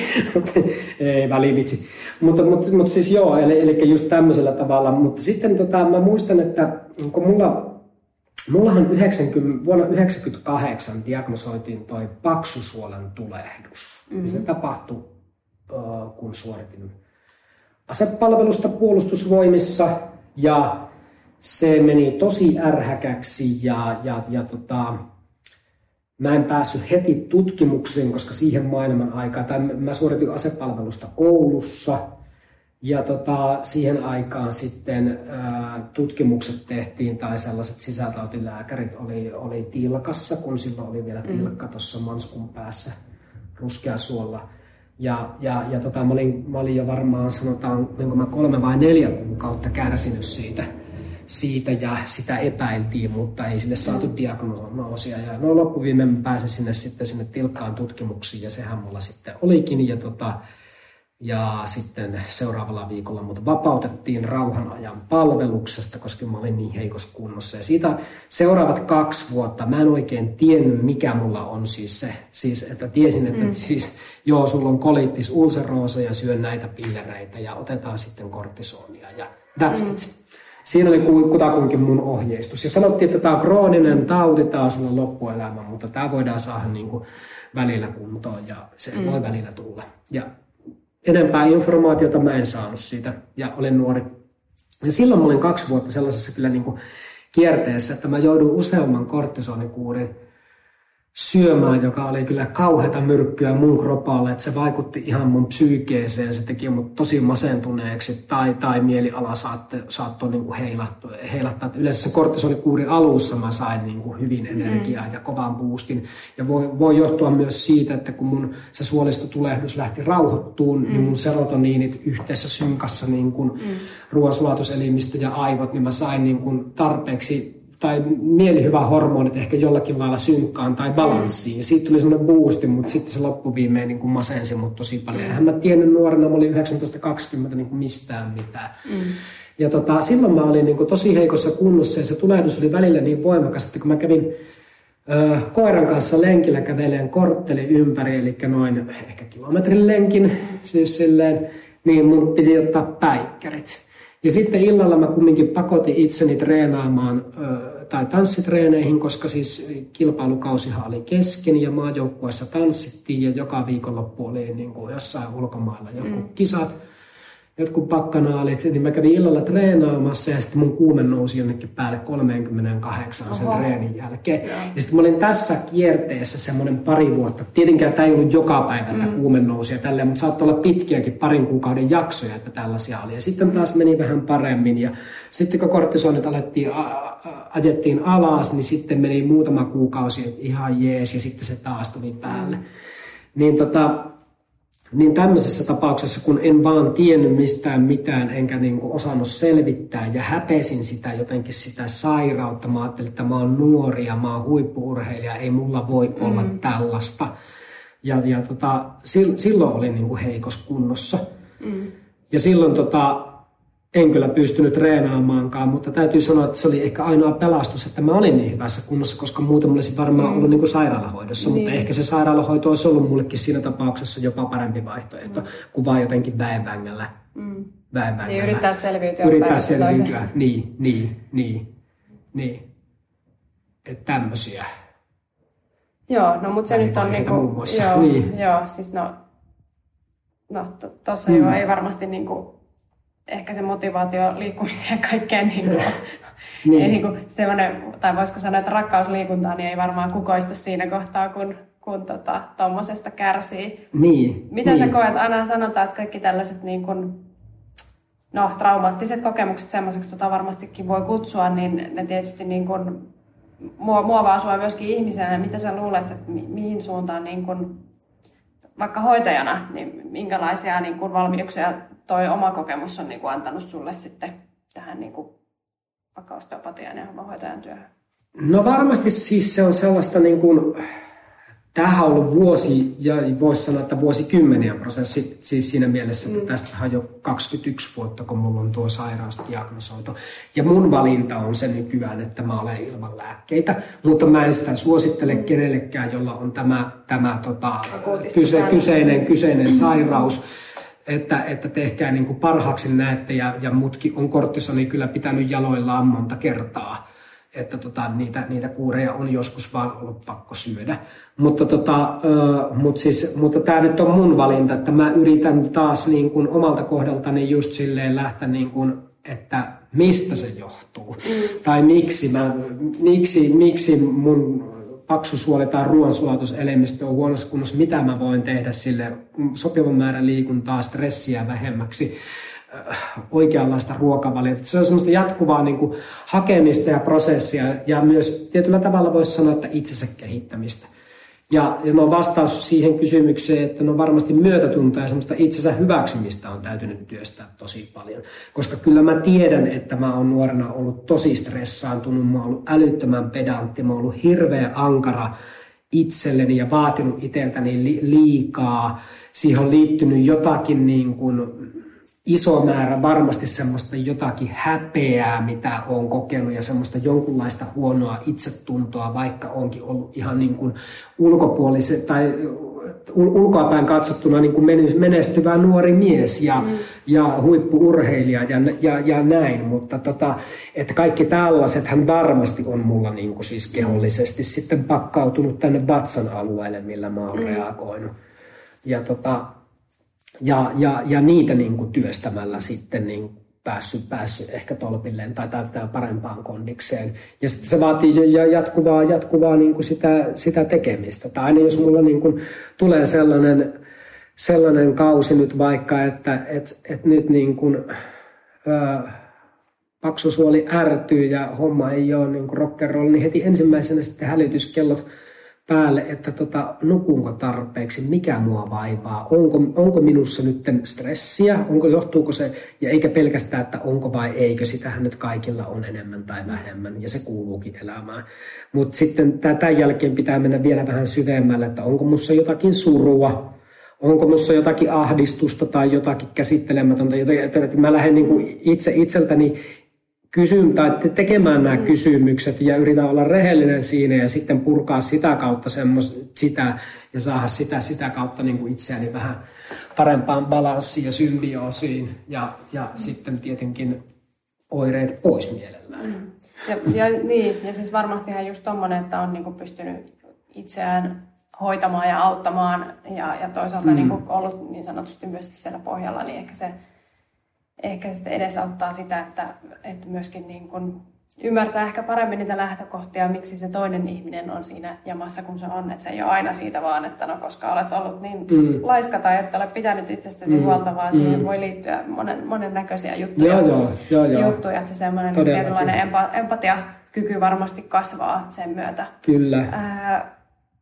[SPEAKER 2] Ei välivitsi. Mutta, mutta, mutta siis joo, eli, eli just tämmöisellä tavalla. Mutta sitten tota, mä muistan, että kun mulla... Mullahan yhdeksänkymmentä, vuonna yhdeksänkymmentäkahdeksan diagnosoitiin toi paksusuolen tulehdus. Mm-hmm. Se tapahtui, kun suoritin asepalvelusta puolustusvoimissa. Ja se meni tosi ärhäkäksi ja, ja, ja tota, mä en päässyt heti tutkimukseen, koska siihen maailman aikaan, tai mä suoritin asepalvelusta koulussa. Ja tota, siihen aikaan sitten ää, tutkimukset tehtiin, tai sellaiset sisätautilääkärit oli, oli tilkassa, kun silloin oli vielä tilkka tuossa manskun päässä Ruskeasuolla. Ja, ja, ja tota, mä, olin, mä olin jo varmaan, sanotaan, niin mä kolme vai neljä kuukautta kärsinyt siitä, siitä, ja sitä epäiltiin, mutta ei sille saatu diagnoosia. Ja no loppuviimein mä pääsin sinne, sitten sinne tilkkaan tutkimuksiin, ja sehän mulla sitten olikin. Ja tota, Ja sitten seuraavalla viikolla mut vapautettiin rauhanajan palveluksesta, koska mä olin niin heikossa kunnossa. Ja siitä seuraavat kaksi vuotta mä en oikein tiennyt, mikä mulla on siis se. Siis, että tiesin, että mm. siis, joo, sulla on kolitis ulceroosa ja syön näitä pillereitä ja otetaan sitten kortisonia ja that's mm. it. Siinä oli kutakuinkin mun ohjeistus. Ja sanottiin, että tämä on krooninen tauti, tämä on sulla loppuelämä, mutta tämä voidaan saada niin kuin välillä kuntoon ja se mm. voi välillä tulla. Ja enempää informaatiota mä en saanut siitä ja olin nuori. Ja silloin mä olin kaksi vuotta sellaisessa kyllä niin kuin kierteessä, että mä jouduin useamman kortisonikuurin syömään, joka oli kyllä kauheata myrkkyä mun kropalle, että se vaikutti ihan mun psyykeeseen, se teki mut tosi masentuneeksi tai, tai mieliala saatte, saattoi niin kuin heilattua, heilattaa. Yleensä se kortisonikuuri alussa mä sain niin kuin hyvin energiaa mm. ja kovan boostin. Ja voi, voi johtua myös siitä, että kun mun se suolistotulehdus lähti rauhoittuun, mm. niin mun serotoniinit yhteensä synkassa niin kuin mm. ruoansulatuselimistö ja aivot, niin mä sain niin kuin tarpeeksi tai mielihyvä hormonit ehkä jollakin lailla synkkaan tai balanssiin. Siitä tuli semmoinen boosti, mutta sitten se loppuviimein niin kuin masensi mut tosi paljon. Eihän mä tiennyt nuorena, mä olin yhdeksäntoista kaksikymmentä niin kuin mistään mitään. Mm. Ja tota, silloin mä olin niin kuin tosi heikossa kunnossa ja se tulehdus oli välillä niin voimakas, että kun mä kävin ö, koiran kanssa lenkillä käveleen kortteli ympäri, eli noin ehkä kilometrin lenkin, mm. siis silleen, niin mun piti ottaa päikkärit. Ja sitten illalla mä kumminkin pakotin itseni treenaamaan ö, tai tanssitreeneihin, koska siis kilpailukausihan oli kesken ja maajoukkueessa tanssittiin ja joka viikonloppu oli niin kuin jossain ulkomailla joku mm. kisat, jotkut pakkanaalit, niin mä kävin illalla treenaamassa ja sitten mun kuume nousi jonnekin päälle kolmekymmentäkahdeksan sen Oho. treenin jälkeen. Ja. ja sitten mä olin tässä kierteessä semmoinen pari vuotta. Tietenkään tämä ei ollut joka päivä, että mm. kuume nousi ja tälleen, mutta saattoi olla pitkiäkin parin kuukauden jaksoja, että tällaisia oli. Ja sitten taas meni vähän paremmin ja sitten kun kortisonit alettiin, a- a- ajettiin alas, niin sitten meni muutama kuukausi ihan jees ja sitten se taas tuli päälle. Mm. Niin tota... Niin tämmöisessä tapauksessa, kun en vaan tiennyt mistään mitään, enkä niinku osannut selvittää ja häpesin sitä jotenkin sitä sairautta. Mä ajattelin, että mä oon nuori ja mä oon huippu-urheilija, ei mulla voi mm. olla tällaista. Ja, ja tota, silloin olin niinku heikossa kunnossa. Mm. Ja silloin tota, en kyllä pystynyt treenaamaankaan, mutta täytyy sanoa, että se oli ehkä ainoa pelastus, että mä olin niin hyvässä kunnossa, koska muuten mulla olisi varmaan ollut niin kuin sairaalahoidossa, niin. Mutta ehkä se sairaalahoito olisi ollut mullekin siinä tapauksessa jopa parempi vaihtoehto, mm. kuin vaan jotenkin väenvängällä. Mm. väenvängällä.
[SPEAKER 1] Niin yrittää selviytyä.
[SPEAKER 2] Yrittää selviytyä, niin, niin, niin, niin. Että tämmöisiä.
[SPEAKER 1] Joo, no mutta se nyt on niinku, joo, niin. joo, siis no, no tuossa mm. jo ei varmasti niinku, ehkä se motivaatio liikkumiseen ja kaikkeen niin kuin, niin. ei niin kuin semmoinen, tai voisiko sanoa, että rakkaus liikuntaan niin ei varmaan kukoista siinä kohtaa, kun, kun tota, tommosesta kärsii.
[SPEAKER 2] Niin.
[SPEAKER 1] Miten
[SPEAKER 2] niin.
[SPEAKER 1] sä koet, aina sanotaan, että kaikki tällaiset niin kuin, no, traumaattiset kokemukset semmoiseksi tota varmastikin voi kutsua, niin ne tietysti niin kuin, muovaa sua myöskin ihmisenä. Mitä sä luulet, että mi- mihin suuntaan niin kun, vaikka hoitajana, niin minkälaisia niin kun valmiuksia toi oma kokemus on niin kun antanut sulle sitten tähän niin kun, vaikka osteopatian ja hoitajan työhön?
[SPEAKER 2] No varmasti siis se on sellaista niin kuin, tämähän on ollut vuosi ja voisi sanoa, että vuosikymmeniä prosessi siis siinä mielessä, että mm. tästähän on jo kaksikymmentäyksi vuotta, kun mulla on tuo sairaus diagnosoitu. Ja mun valinta on se nykyään, että mä olen ilman lääkkeitä, mutta mä en sitä suosittele kenellekään, jolla on tämä, tämä tota, kyse, kyseinen, kyseinen sairaus. Että, että tehkää niin kuin parhaaksi näette ja, ja mutkin on kortisoni kyllä pitänyt jaloillaan monta kertaa. Että tota, niitä, niitä kuureja on joskus vaan ollut pakko syödä. Mutta, tota, mut siis, mutta tämä nyt on mun valinta, että mä yritän taas niin kuin omalta kohdaltani just silleen lähteä, niin kuin, että mistä se johtuu. Mm. Tai miksi, mä, miksi, miksi mun paksusuoli tai ruoansulaituselimistö on huonossa kunnossa, mitä mä voin tehdä sille sopivan määrän liikuntaa, stressiä vähemmäksi, oikeanlaista ruokavaliota. Se on semmoista jatkuvaa niin kuin hakemista ja prosessia ja myös tietyllä tavalla voisi sanoa, että itsensä kehittämistä. Ja, ja no vastaus siihen kysymykseen, että no varmasti myötätuntoa ja semmoista itsensä hyväksymistä on täytynyt työstää tosi paljon. Koska kyllä mä tiedän, että mä oon nuorena ollut tosi stressaantunut, mä oon ollut älyttömän pedantti, mä oon ollut hirveän ankara itselleni ja vaatinut itseltäni li- liikaa. Siihen on liittynyt jotakin niin kuin iso määrä varmasti semmoista jotakin häpeää, mitä olen kokenut ja semmoista jonkunlaista huonoa itsetuntoa, vaikka onkin ollut ihan niin kuin ulkopuolisen tai ulkoapäin katsottuna niin kuin menestyvä nuori mies ja, mm. ja huippu-urheilija ja, ja, ja näin, mutta tota, että kaikki tällaisethan varmasti on mulla niin kuin siis kehollisesti sitten pakkautunut tänne vatsan alueelle, millä mä oon mm. reagoinut. Ja tota, Ja, ja, ja niitä niin kuin työstämällä sitten niin päässyt, päässyt ehkä tolpilleen tai täytetään parempaan kondikseen. Ja sitten se vaatii jatkuvaa, jatkuvaa niin kuin sitä, sitä tekemistä. Tai aina jos mulla niin kuin tulee sellainen, sellainen kausi nyt vaikka, että et, et nyt niin kuin, ää, paksusuoli ärtyy ja homma ei ole niin kuin rock'n'roll, niin heti ensimmäisenä sitten hälytyskellot päälle, että tota, nukunko tarpeeksi, mikä mua vaivaa, onko, onko minussa nyt stressiä, onko, johtuuko se, ja eikä pelkästään, että onko vai eikö, sitähän nyt kaikilla on enemmän tai vähemmän, ja se kuuluukin elämään. Mutta sitten tämän jälkeen pitää mennä vielä vähän syvemmälle, että onko minussa jotakin surua, onko minussa jotakin ahdistusta tai jotakin käsittelemätöntä, että mä lähden niin kuin itse itseltäni kysyn, tai tekemään nämä kysymykset ja yritän olla rehellinen siinä ja sitten purkaa sitä kautta semmos, sitä ja saada sitä, sitä kautta niin kuin itseäni vähän parempaan balanssiin ja symbioosiin ja, ja mm. sitten tietenkin oireet pois mielellään. Mm.
[SPEAKER 1] Ja, ja, niin, ja siis varmastihan just tommoinen, että on niin kuin pystynyt itseään hoitamaan ja auttamaan ja, ja toisaalta mm. niin kuin ollut niin sanotusti myöskin siellä pohjalla, niin ehkä se Ehkä se edesauttaa sitä, että, että myöskin niin kun ymmärtää ehkä paremmin niitä lähtökohtia, miksi se toinen ihminen on siinä jamassa, kun se on. Että se ei ole aina siitä vaan, että no koska olet ollut niin mm. laiska tai että olet pitänyt itsestäsi mm. huolta, vaan mm. siihen voi liittyä monen, monennäköisiä juttuja.
[SPEAKER 2] Joo, joo, joo, joo.
[SPEAKER 1] juttuja että se semmoinen tietynlainen empa, empatiakyky varmasti kasvaa sen myötä.
[SPEAKER 2] Kyllä.
[SPEAKER 1] Ää,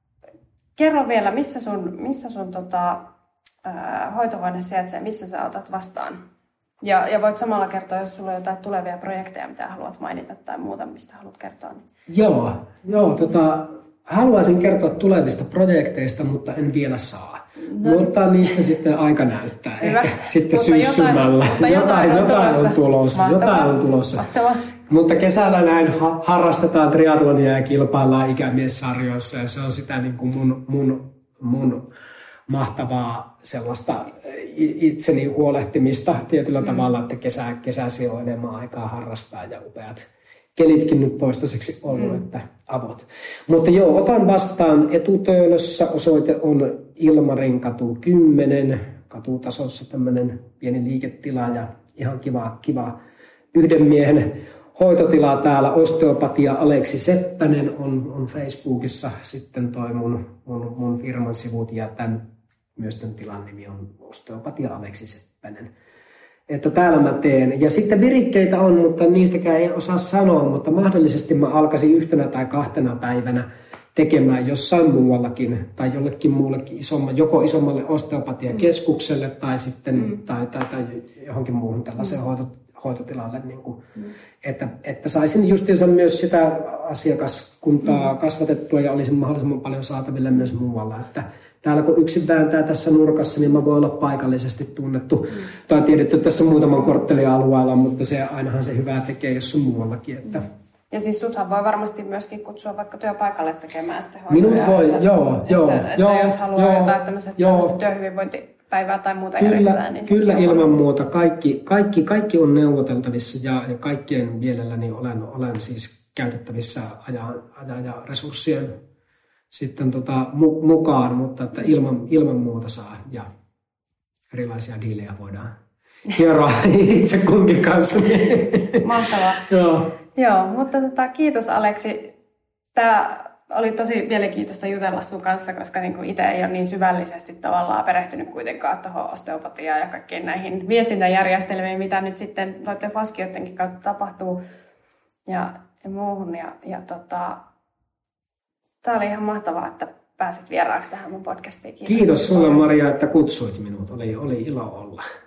[SPEAKER 1] kerro vielä, missä sun, missä sun tota, ää, hoitohuone sijaitsee, missä sä otat vastaan? Ja, ja voit samalla kertoa, jos sulla on jotain tulevia projekteja, mitä haluat mainita tai muuta, mistä haluat kertoa. Niin.
[SPEAKER 2] Joo, joo tota, haluaisin kertoa tulevista projekteista, mutta en vielä saa. No, mutta niistä sitten aika näyttää. Hyvä. Ehkä sitten syyssymällä. Jotain, jotain, jotain on tulossa. Jotain on tulossa. Mutta kesällä näin harrastetaan triathlonia ja kilpaillaan ikämiessarjoissa ja se on sitä niin kuin mun, mun, mun mahtavaa sellaista itseni huolehtimista tietyllä mm. tavalla, että kesä, kesäsi on enemmän aikaa harrastaa ja upeat kelitkin nyt toistaiseksi ollut, mm. että avot. Mutta joo, otan vastaan Etutöölössä, osoite on Ilmarinkatu kymmenen, katutasossa tämmöinen pieni liiketila ja ihan kiva, kiva yhden miehen hoitotila täällä. Osteopatia Aleksi Seppänen on, on Facebookissa sitten toi mun, mun, mun firman sivut ja tämän myös tämän tilan nimi on Osteopatia Aleksi Seppänen. että täällä mä teen. Ja sitten virikkeitä on, mutta niistäkään ei osaa sanoa, mutta mahdollisesti mä alkaisin yhtenä tai kahtena päivänä tekemään jossain muuallakin tai jollekin muullekin isomman, joko isommalle osteopatiakeskukselle mm. tai sitten mm. tai, tai, tai johonkin muuhun tällaiseen mm. hoito, hoitotilalle. Niin kuin, mm. että, että saisin justiinsa myös sitä asiakaskuntaa mm. kasvatettua ja olisin mahdollisimman paljon saatavilla myös muualla. Että täällä kun yksin vääntää tässä nurkassa, niin mä voin olla paikallisesti tunnettu mm. tai tiedetty tässä muutaman korttelialueella, mutta se ainahan se hyvää tekee, jos on muuallakin. Että mm.
[SPEAKER 1] Ja siis suthan voi varmasti myöskin kutsua vaikka työpaikalle tekemään sitä hoitoja.
[SPEAKER 2] Minut voi,
[SPEAKER 1] että,
[SPEAKER 2] joo,
[SPEAKER 1] että,
[SPEAKER 2] joo.
[SPEAKER 1] Että,
[SPEAKER 2] joo,
[SPEAKER 1] että jos haluaa
[SPEAKER 2] joo,
[SPEAKER 1] jotain tämmöistä, tämmöistä työhyvinvointipäivää tai muuta
[SPEAKER 2] kyllä,
[SPEAKER 1] järjestää, niin
[SPEAKER 2] kyllä ilman muuta. Kaikki, kaikki, kaikki on neuvoteltavissa ja, ja kaikkien mielelläni olen, olen siis käytettävissä ajan, ajan ja resurssien sitten tota, mu, mukaan, mutta että ilman, ilman muuta saa ja erilaisia diilejä voidaan hieroa itse kunkin kanssa.
[SPEAKER 1] Mahtavaa.
[SPEAKER 2] Joo.
[SPEAKER 1] Joo, mutta tota, kiitos Aleksi. Tämä oli tosi mielenkiintoista jutella sun kanssa, koska niinku itse ei ole niin syvällisesti tavallaan perehtynyt kuitenkaan tuohon osteopatiaan ja kaikkiin näihin viestintäjärjestelmiin, mitä nyt sitten noiden faskioidenkin kautta tapahtuu ja, ja muuhun. Ja, ja tota, tämä oli ihan mahtavaa, että pääsit vieraaksi tähän mun podcastiin. Kiitos,
[SPEAKER 2] Kiitos sulle Maria, että kutsuit minut. Oli, oli ilo olla.